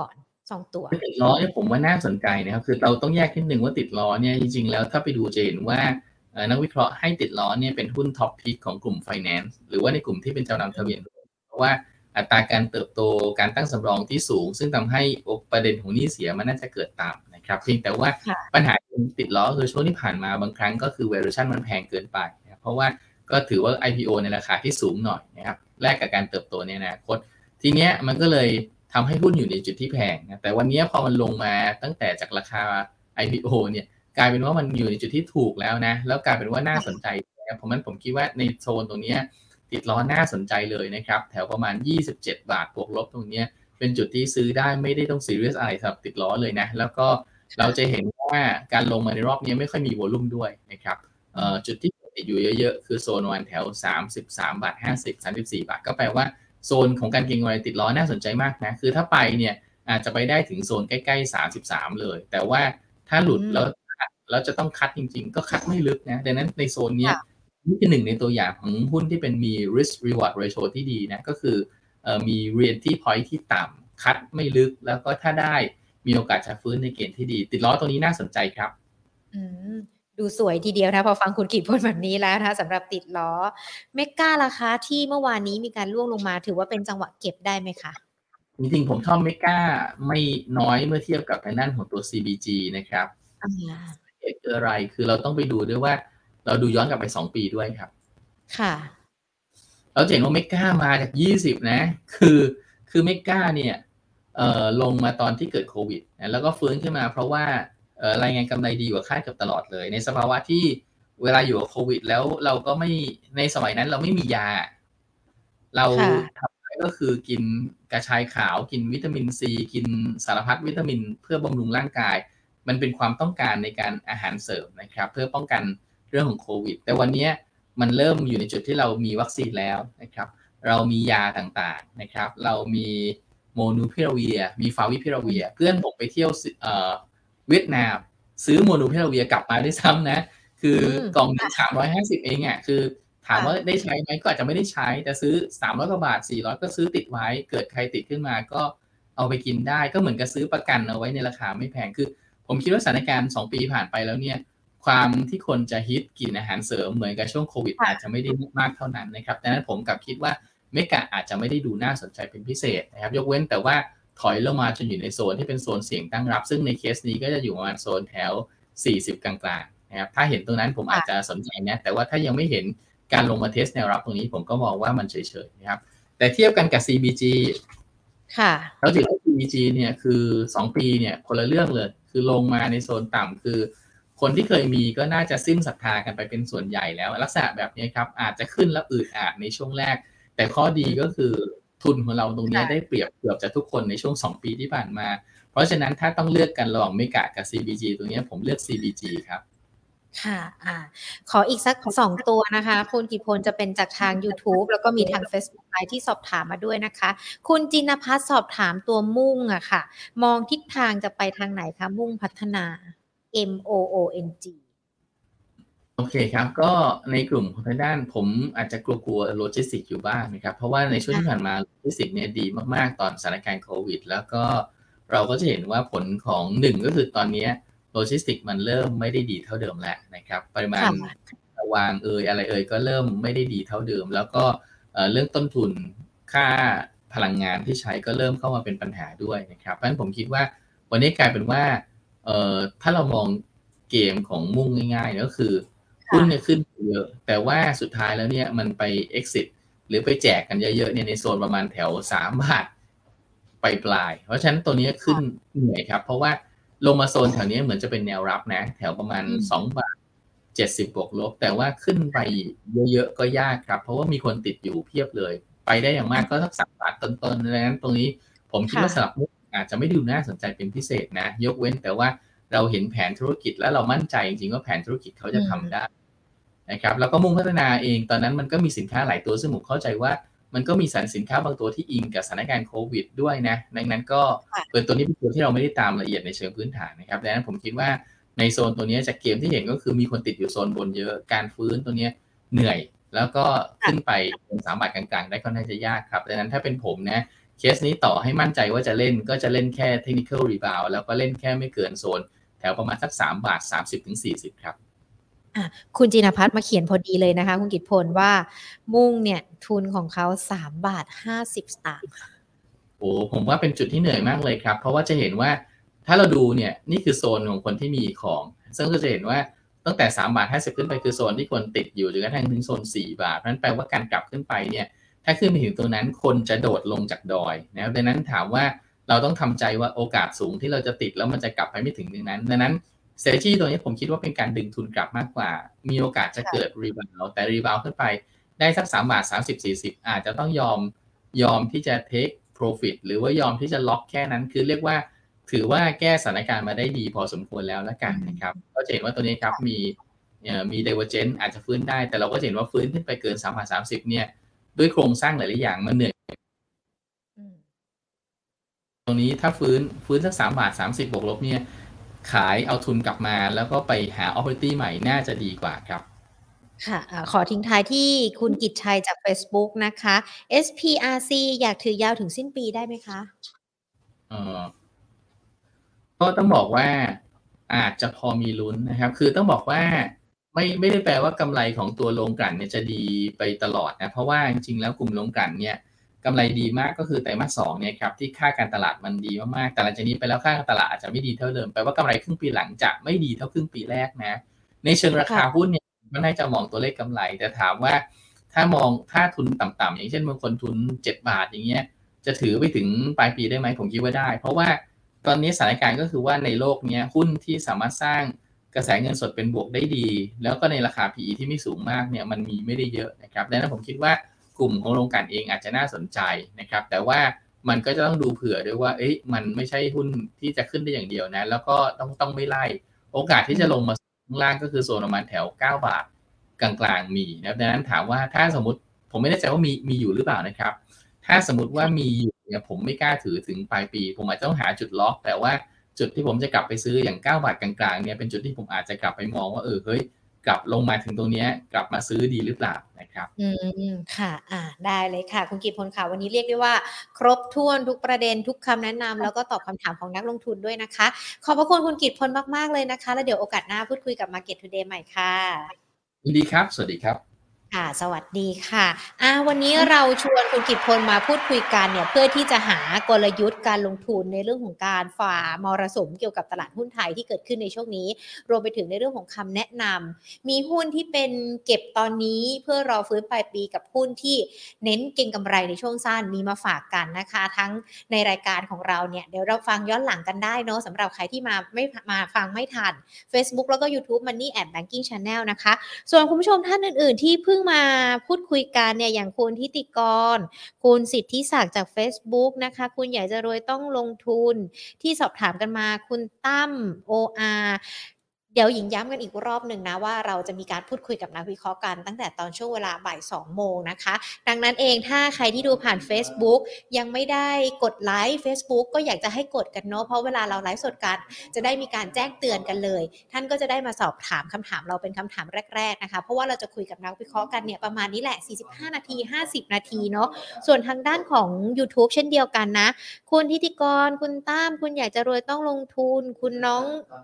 2ตัวติดล้อเนี่ยผมว่าน่าสนใจนะครับคือเราต้องแยกนิดนึงว่าติดล้อเนี่ยจริงๆแล้วถ้าไปดูจะเห็นว่านักวิเคราะห์ให้ติดล้อเนี่ยเป็นหุ้นท็อปพิกของกลุ่ม Finance หรือว่าในกลุ่มที่เป็นเจ้านำทะเบียนเพราะว่าอัตราการเติบโตการตั้งสำรองที่สูงซึ่งทำให้ประเด็นของหนี้เสียมันน่าจะเกิดต่ำนะครับเพียงแต่ว่าปัญหาติดล้อคือช่วงที่ผ่านมาบางครั้งก็คือ valuation มันแพงเกินไปนะเพราะว่าก็ถือว่า IPO ในราคาที่สูงหน่อยนะครับแลกกับการเติบโตในอนาคตทีเนี้ยมันก็เลยทำให้หุ้นอยู่ในจุดที่แพงนะแต่วันนี้พอมันลงมาตั้งแต่จากราคา IPO เนี่ยกลายเป็นว่ามันอยู่ในจุดที่ถูกแล้วนะแล้วกลายเป็นว่าน่าสนใจนะผมคิดว่าในโซนตรงนี้ติดล้อน่าสนใจเลยนะครับแถวประมาณ27 บาทบวกลบตรงนี้เป็นจุดที่ซื้อได้ไม่ได้ต้องซีเรียสอะไรสำหรับติดล้อเลยนะแล้วก็เราจะเห็นว่าการลงมาในรอบนี้ไม่ค่อยมีวอลุ่มด้วยนะครับจุดที่ติดอยู่เยอะๆคือโซนวันแถว33 บาท 50 34 บาทก็แปลว่าโซนของการเก็งกำไรติดล้อน่าสนใจมากนะคือถ้าไปเนี่ยอาจจะไปได้ถึงโซนใกล้ๆ33เลยแต่ว่าถ้าหลุดแล้วจะต้องคัดจริงๆก็คัดไม่ลึกนะดังนั้นในโซนนี้นี่คือหนึ่งในตัวอย่างของหุ้นที่เป็นมี risk reward ratio ที่ดีนะก็คือมี re-entry point ที่ต่ำคัดไม่ลึกแล้วก็ถ้าได้มีโอกาสจะฟื้นในเกณฑ์ที่ดีติดล้อตัวนี้น่าสนใจครับดูสวยทีเดียวนะพอฟังคุณกิตพูดแบบนี้แล้วนะคะสำหรับติดล้อเมการาคาที่เมื่อวานนี้มีการร่วงลงมาถือว่าเป็นจังหวะเก็บได้ไหมคะจริงๆผมชอบเมกาไม่น้อยเมื่อเทียบกับทางด้านของตัว CBG นะครับเหตุคืออะไรคือเราต้องไปดูด้วยว่าเราดูย้อนกลับไป2 ปีด้วยครับค่ะเราเห็นว่าเมกามาจาก20นะคือเมกาเนี่ยลงมาตอนที่เกิดโควิดนะแล้วก็ฟื้นขึ้นมาเพราะว่ารายงานกำไรดีกว่าคาดกับตลอดเลยในสภาวะที่เวลาอยู่กับโควิดแล้วเราก็ไม่ในสมัยนั้นเราไม่มียาเราทำได้ก็คือกินกระชายขาวกินวิตามินซีกินสารพัดวิตามินเพื่อบำรุงร่างกายมันเป็นความต้องการในการอาหารเสริมนะครับเพื่อป้องกันเรื่องของโควิดแต่วันนี้มันเริ่มอยู่ในจุดที่เรามีวัคซีนแล้วนะครับเรามียาต่างๆนะครับเรามีโมนูพิราเวียมีฟาวิพิราเวียเพื่อนผมไปเที่ยวเวียดนามซื้อโมนูพิราเวียกลับมาได้ซ้ำนะคือกล่องนึง350เองอ่ะคือถามว่าได้ใช้ไหมก็อาจจะไม่ได้ใช้แต่ซื้อ300 กว่าบาท400ก็ซื้อติดไว้เกิดใครติดขึ้นมาก็เอาไปกินได้ก็เหมือนกับซื้อประกันเอาไว้ในราคาไม่แพงคือผมคิดว่าสถานการณ์2 ปีผ่านไปแล้วเนี่ยความที่คนจะฮิตกินอาหารเสริมเหมือนกับช่วงโควิดอาจจะไม่ได้มากเท่านั้นนะครับดังนั้นผมกลับคิดว่าเมกะอาจจะไม่ได้ดูน่าสนใจเป็นพิเศษนะครับยกเว้นแต่ว่าถอยลงมาจนอยู่ในโซนที่เป็นโซนเสี่ยงตั้งรับซึ่งในเคสนี้ก็จะอยู่ประมาณโซนแถว40กลางๆนะครับถ้าเห็นตรงนั้นผมอาจจะสนใจนะแต่ว่าถ้ายังไม่เห็นการลงมาเทสแนวรับตรงนี้ผมก็มองว่ามันเฉยๆนะครับแต่เทียบกันกับ CBG ค่ะแล้วถือว่า CBG เนี่ยคือ2 ปีเนี่ยคนละเรื่องเลยคือลงมาในโซนต่ำคือคนที่เคยมีก็น่าจะสิ้นศรัทธากันไปเป็นส่วนใหญ่แล้วลักษณะแบบนี้ครับอาจจะขึ้นแล้วอืดอาดในช่วงแรกแต่ข้อดีก็คือทุนของเราตรงนี้ได้เปรียบเกือบจะทุกคนในช่วง2 ปีที่ผ่านมาเพราะฉะนั้นถ้าต้องเลือกกันระหว่างเมกะกับ CBG ตรงนี้ผมเลือก CBG ครับค่ะขออีกสัก2 ตัวนะคะคุณกิตพลจะเป็นจากทาง YouTube แล้วก็มีทาง Facebook Live ที่สอบถามมาด้วยนะคะคุณจินภัสสอบถามตัวมุ่งอะค่ะมองทิศทางจะไปทางไหนคะมุ่งพัฒนา MOONG โอเคครับก็ในกลุ่มของทางด้านผมอาจจะกลัวโลจิสติกอยู่บ้างนะครับเพราะว่าในช่วงที่ผ่านมาโลจิสติกเนี่ยดีมากๆตอนสถานการณ์โควิดแล้วก็เราก็จะเห็นว่าผลของ1ก็คือตอนนี้โลจิสติกมันเริ่มไม่ได้ดีเท่าเดิมแล้วนะครับปริมาณวางอะไรก็เริ่มไม่ได้ดีเท่าเดิมแล้วก็เรื่องต้นทุนค่าพลังงานที่ใช้ก็เริ่มเข้ามาเป็นปัญหาด้วยนะครับเพราะฉะนั้นผมคิดว่าวันนี้กลายเป็นว่าถ้าเรามองเกมของมุ่งง่ายๆก็คือหุ้นเนี่ยขึ้นเยอะแต่ว่าสุดท้ายแล้วเนี่ยมันไป exit หรือไปแจกกันเยอะๆเนี่ยในโซนประมาณแถว3 บาทปลายเพราะฉะนั้นตัวนี้ขึ้นเหนื่อยครับเพราะว่าลงมาโซนแถวนี้เหมือนจะเป็นแนวรับนะแถวประมาณ2 บาท 70บวกลบแต่ว่าขึ้นไปเยอะๆก็ยากครับเพราะว่ามีคนติดอยู่เพียบเลยไปได้อย่างมากก็สัก3 บาทต้นๆดังนั้นตรงนี้ผมคิดว่าสำหรับมุกอาจจะไม่ดูน่าสนใจเป็นพิเศษนะยกเว้นแต่ว่าเราเห็นแผนธุรกิจแล้วเรามั่นใจจริงๆว่าแผนธุรกิจเขาจะทำได้นะครับแล้วก็มุ่งพัฒนาเองตอนนั้นมันก็มีสินค้าหลายตัวซึ่งผมเข้าใจว่ามันก็มีสินค้าบางตัวที่อิงกับสถานการณ์โควิดด้วยนะดังนั้นก็เป็นตัวนี้เป็นตัวที่เราไม่ได้ตามละเอียดในเชิงพื้นฐานนะครับดังนั้นผมคิดว่าในโซนตัวนี้จากเกมที่เห็นก็คือมีคนติดอยู่โซนบนเยอะการฟื้นตัวนี้เหนื่อยแล้วก็ขึ้นไปเป็น3 บาทกลางๆได้ก็น่าจะยากครับดังนั้นถ้าเป็นผมนะเคสนี้ต่อให้มั่นใจว่าจะเล่นก็จะเล่นแค่ technical rebound แล้วก็เล่นแค่ไม่เกินโซนแถวประมาณสัก3 บาท 30-40 ครับคุณจินภัทรมาเขียนพอดีเลยนะคะคุณกิตพลว่ามุ่งเนี่ยทุนของเขา3 บาท 50 สตางค์โอ้ผมว่าเป็นจุดที่เหนื่อยมากเลยครับเพราะว่าจะเห็นว่าถ้าเราดูเนี่ยนี่คือโซนของคนที่มีของซึ่งก็จะเห็นว่าตั้งแต่3 บาท 50ขึ้นไปคือโซนที่คนติดอยู่จนกระทั่งถึงโซน4 บาทนั้นแปลว่าการกลับขึ้นไปเนี่ยถ้าขึ้นไปถึงตรงนั้นคนจะโดดลงจากดอยนะดังนั้นถามว่าเราต้องทำใจว่าโอกาสสูงที่เราจะติดแล้วมันจะกลับไปไม่ถึงตรงนั้นดังนั้นstrategy ตัวนี้ผมคิดว่าเป็นการดึงทุนกลับมากกว่ามีโอกาสจะเกิดรีบาวแต่รีบาวขึ้นไปได้สัก3 บาท 30-40อาจจะต้องยอมที่จะ take profit หรือว่ายอมที่จะล็อกแค่นั้นคือเรียกว่าถือว่าแก้สถานการณ์มาได้ดีพอสมควรแล้วละกันนะครับก็จะเห็นว่าตัวนี้ครับมี divergence อาจจะฟื้นได้แต่เราก็เห็นว่าฟื้นขึ้นไปเกิน3 บาท 30เนี่ยด้วยโครงสร้างหลายๆอย่างมันเหนื่อยตรงนี้ถ้าฟื้นสัก3 บาท 30บวกลบเนี่ยขายเอาทุนกลับมาแล้วก็ไปหา opportunity ใหม่น่าจะดีกว่าครับค่ะขอทิ้งท้ายที่คุณกิตชัยจาก Facebook นะคะ SPRC อยากถือยาวถึงสิ้นปีได้ไหมคะก็ต้องบอกว่าอาจจะพอมีลุ้นนะครับคือต้องบอกว่าไม่ได้แปลว่ากำไรของตัวโรงกลั่นเนี่ยจะดีไปตลอดนะเพราะว่าจริงๆแล้วกลุ่มโรงกลั่นเนี่ยกำไรดีมากก็คือไตรมาส 2เนี่ยครับที่ค่าการตลาดมันดีมากๆแต่หลังจากนี้ไปแล้วค่าการตลาดอาจจะไม่ดีเท่าเดิมแปลว่ากำไรครึ่งปีหลังจะไม่ดีเท่าครึ่งปีแรกนะในเชิงราคาหุ้นเนี่ยมันน่าจะมองตัวเลขกำไรแต่ถามว่าถ้าทุนต่ำๆอย่างเช่นบางคนทุน7 บาทอย่างเงี้ยจะถือไปถึงปลายปีได้ไหมผมคิดว่าได้เพราะว่าตอนนี้สถานการณ์ก็คือว่าในโลกนี้หุ้นที่สามารถสร้างกระแสเงินสดเป็นบวกได้ดีแล้วก็ในราคา PE ที่ไม่สูงมากเนี่ยมันมีไม่ได้เยอะนะครับดังนั้นผมคิดว่ากลุ่มของโรงกลั่นเองอาจจะน่าสนใจนะครับแต่ว่ามันก็จะต้องดูเผื่อด้วยว่ามันไม่ใช่หุ้นที่จะขึ้นได้อย่างเดียวนะแล้วก็ต้องไม่ไล่โอกาสที่จะลงมาข้างล่างก็คือโซนประมาณแถว9 บาทกลางๆมีนะดังนั้นถามว่าถ้าสมมติผมไม่แน่ใจว่ามีอยู่หรือเปล่านะครับถ้าสมมติว่ามีอยู่เนี่ยผมไม่กล้าถือถึงปลายปีผมอาจจะต้องหาจุดล็อกแต่ว่าจุดที่ผมจะกลับไปซื้ออย่าง9 บาทกลางๆเนี่ยเป็นจุดที่ผมอาจจะกลับไปมองว่าเฮ้ยกลับลงมาถึงตรงนี้กลับมาซื้อดีหรือเปล่านะครับค่ะได้เลยค่ะคุณกิตพลค่ะวันนี้เรียกได้ว่าครบถ้วนทุกประเด็นทุกคำแนะนำแล้วก็ตอบคำถามของนักลงทุนด้วยนะคะขอบพระคุณคุณกิตพลมากๆเลยนะคะแล้วเดี๋ยวโอกาสหน้าพูดคุยกับ Market Today ใหม่ค่ะยินดีครับสวัสดีครับค่ะสวัสดีค่ะวันนี้เราชวนคุณกิตพลมาพูดคุยกันเนี่ยเพื่อที่จะหากลยุทธ์การลงทุนในเรื่องของการฝ่ามรสุมเกี่ยวกับตลาดหุ้นไทยที่เกิดขึ้นในช่วงนี้รวมไปถึงในเรื่องของคำแนะนำมีหุ้นที่เป็นเก็บตอนนี้เพื่อรอฟื้นปลายปีกับหุ้นที่เน้นเก็งกำไรในช่วงสั้นมีมาฝากกันนะคะทั้งในรายการของเราเนี่ยเดี๋ยวเราฟังย้อนหลังกันได้เนาะสำหรับใครที่มาฟังไม่ทัน Facebook แล้วก็ YouTube Money and Banking Channel นะคะส่วนคุณผู้ชมท่านอื่นๆที่เพิ่งมาพูดคุยกันเนี่ยอย่างคุณทิติกรคุณสิทธิศักดิ์จาก Facebook นะคะคุณอยากจะรวยต้องลงทุนที่สอบถามกันมาคุณตั้ม OR เดี๋ยวหญิงย้ำกันอีกรอบหนึ่งนะว่าเราจะมีการพูดคุยกับนักวิเคราะห์กันตั้งแต่ตอนช่วงเวลาบ่าย 2 โมงนะคะดังนั้นเองถ้าใครที่ดูผ่าน Facebook ยังไม่ได้กดไลค์ Facebook ก็อยากจะให้กดกันเนาะเพราะเวลาเราไลฟ์สดกันจะได้มีการแจ้งเตือนกันเลยท่านก็จะได้มาสอบถามคำถามเราเป็นคำถามแรกๆนะคะเพราะว่าเราจะคุยกับนักวิเคราะห์กันเนี่ยประมาณนี้แหละ45 นาที50 นาทีเนาะส่วนทางด้านของ YouTube เช่นเดียวกันนะคุณทิติกรคุณตั้มคุณอยากจะรวยต้องลงทุนคุณน้อง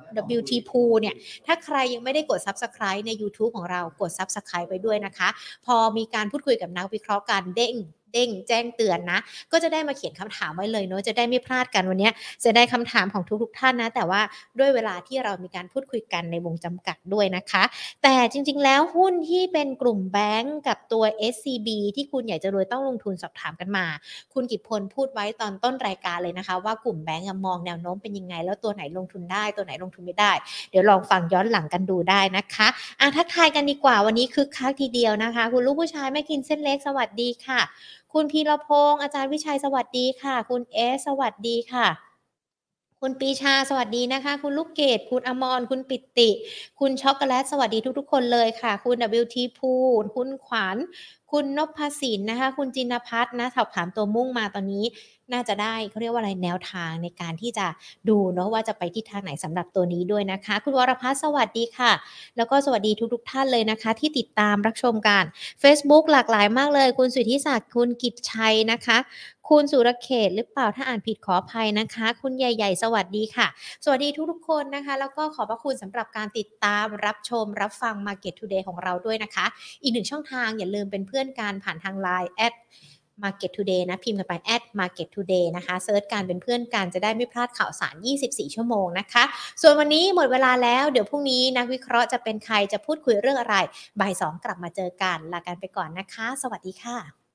WT Pool เนี่ยถ้าใครยังไม่ได้กด Subscribe ใน YouTube ของเรากด Subscribe ไว้ด้วยนะคะพอมีการพูดคุยกับนักวิเคราะห์กันเด้งแจ้งเตือนนะก็จะได้มาเขียนคำถามไว้เลยเนาะจะได้ไม่พลาดกันวันนี้จะได้คำถามของทุกท่านนะแต่ว่าด้วยเวลาที่เรามีการพูดคุยกันในวงจำกัดด้วยนะคะแต่จริงๆแล้วหุ้นที่เป็นกลุ่มแบงก์กับตัว SCB ที่คุณอยากจะรวยต้องลงทุนสอบถามกันมาคุณกิตพลพูดไว้ตอนต้นรายการเลยนะคะว่ากลุ่มแบงก์มองแนวโน้มเป็นยังไงแล้วตัวไหนลงทุนได้ตัวไหนลงทุนไม่ได้เดี๋ยวลองฟังย้อนหลังกันดูได้นะคะทักทายกันดีกว่าวันนี้คึกคักทีเดียวนะคะคุณลูกผู้ชายไม่กินเส้นเล็กสวัสดีค่ะคุณพีรพงษ์อาจารย์วิชัยสวัสดีค่ะคุณเอสวัสดีค่ะคุณปีชาสวัสดีนะคะคุณลูกเกดคุณอมรคุณปิติคุณช็อกโกแลตสวัสดีทุกๆคนเลยค่ะคุณ WT ภูคุณขวัญคุณนพสินนะคะคุณจินภัทรนะสอบถามตัวมุ่งมาตอนนี้น่าจะได้เขาเรียกว่าอะไรแนวทางในการที่จะดูเนาะว่าจะไปทิศทางไหนสำหรับตัวนี้ด้วยนะคะคุณวรพัฒน์สวัสดีค่ะแล้วก็สวัสดีทุกท่านเลยนะคะที่ติดตามรับชมกัน Facebook หลากหลายมากเลยคุณสุทธิศักดิ์คุณกิตชัยนะคะคุณสุรเขตหรือเปล่าถ้าอ่านผิดขออภัยนะคะคุณใหญ่ๆสวัสดีค่ะสวัสดีทุกๆคนนะคะแล้วก็ขอบพระคุณสำหรับการติดตามรับชมรับฟัง Market Today ของเราด้วยนะคะอีกหนึ่งช่องทางอย่าลืมเป็นเพื่อนกันผ่านทาง LINE Market Today นะพิมพ์กันไป @Market Today นะคะเซิร์ชการเป็นเพื่อนกันจะได้ไม่พลาดข่าวสาร24ชั่วโมงนะคะส่วนวันนี้หมดเวลาแล้วเดี๋ยวพรุ่งนี้นักวิเคราะห์จะเป็นใครจะพูดคุยเรื่องอะไรบ่าย2กลับมาเจอกันลากันไปก่อนนะคะสวัสดีค่ะ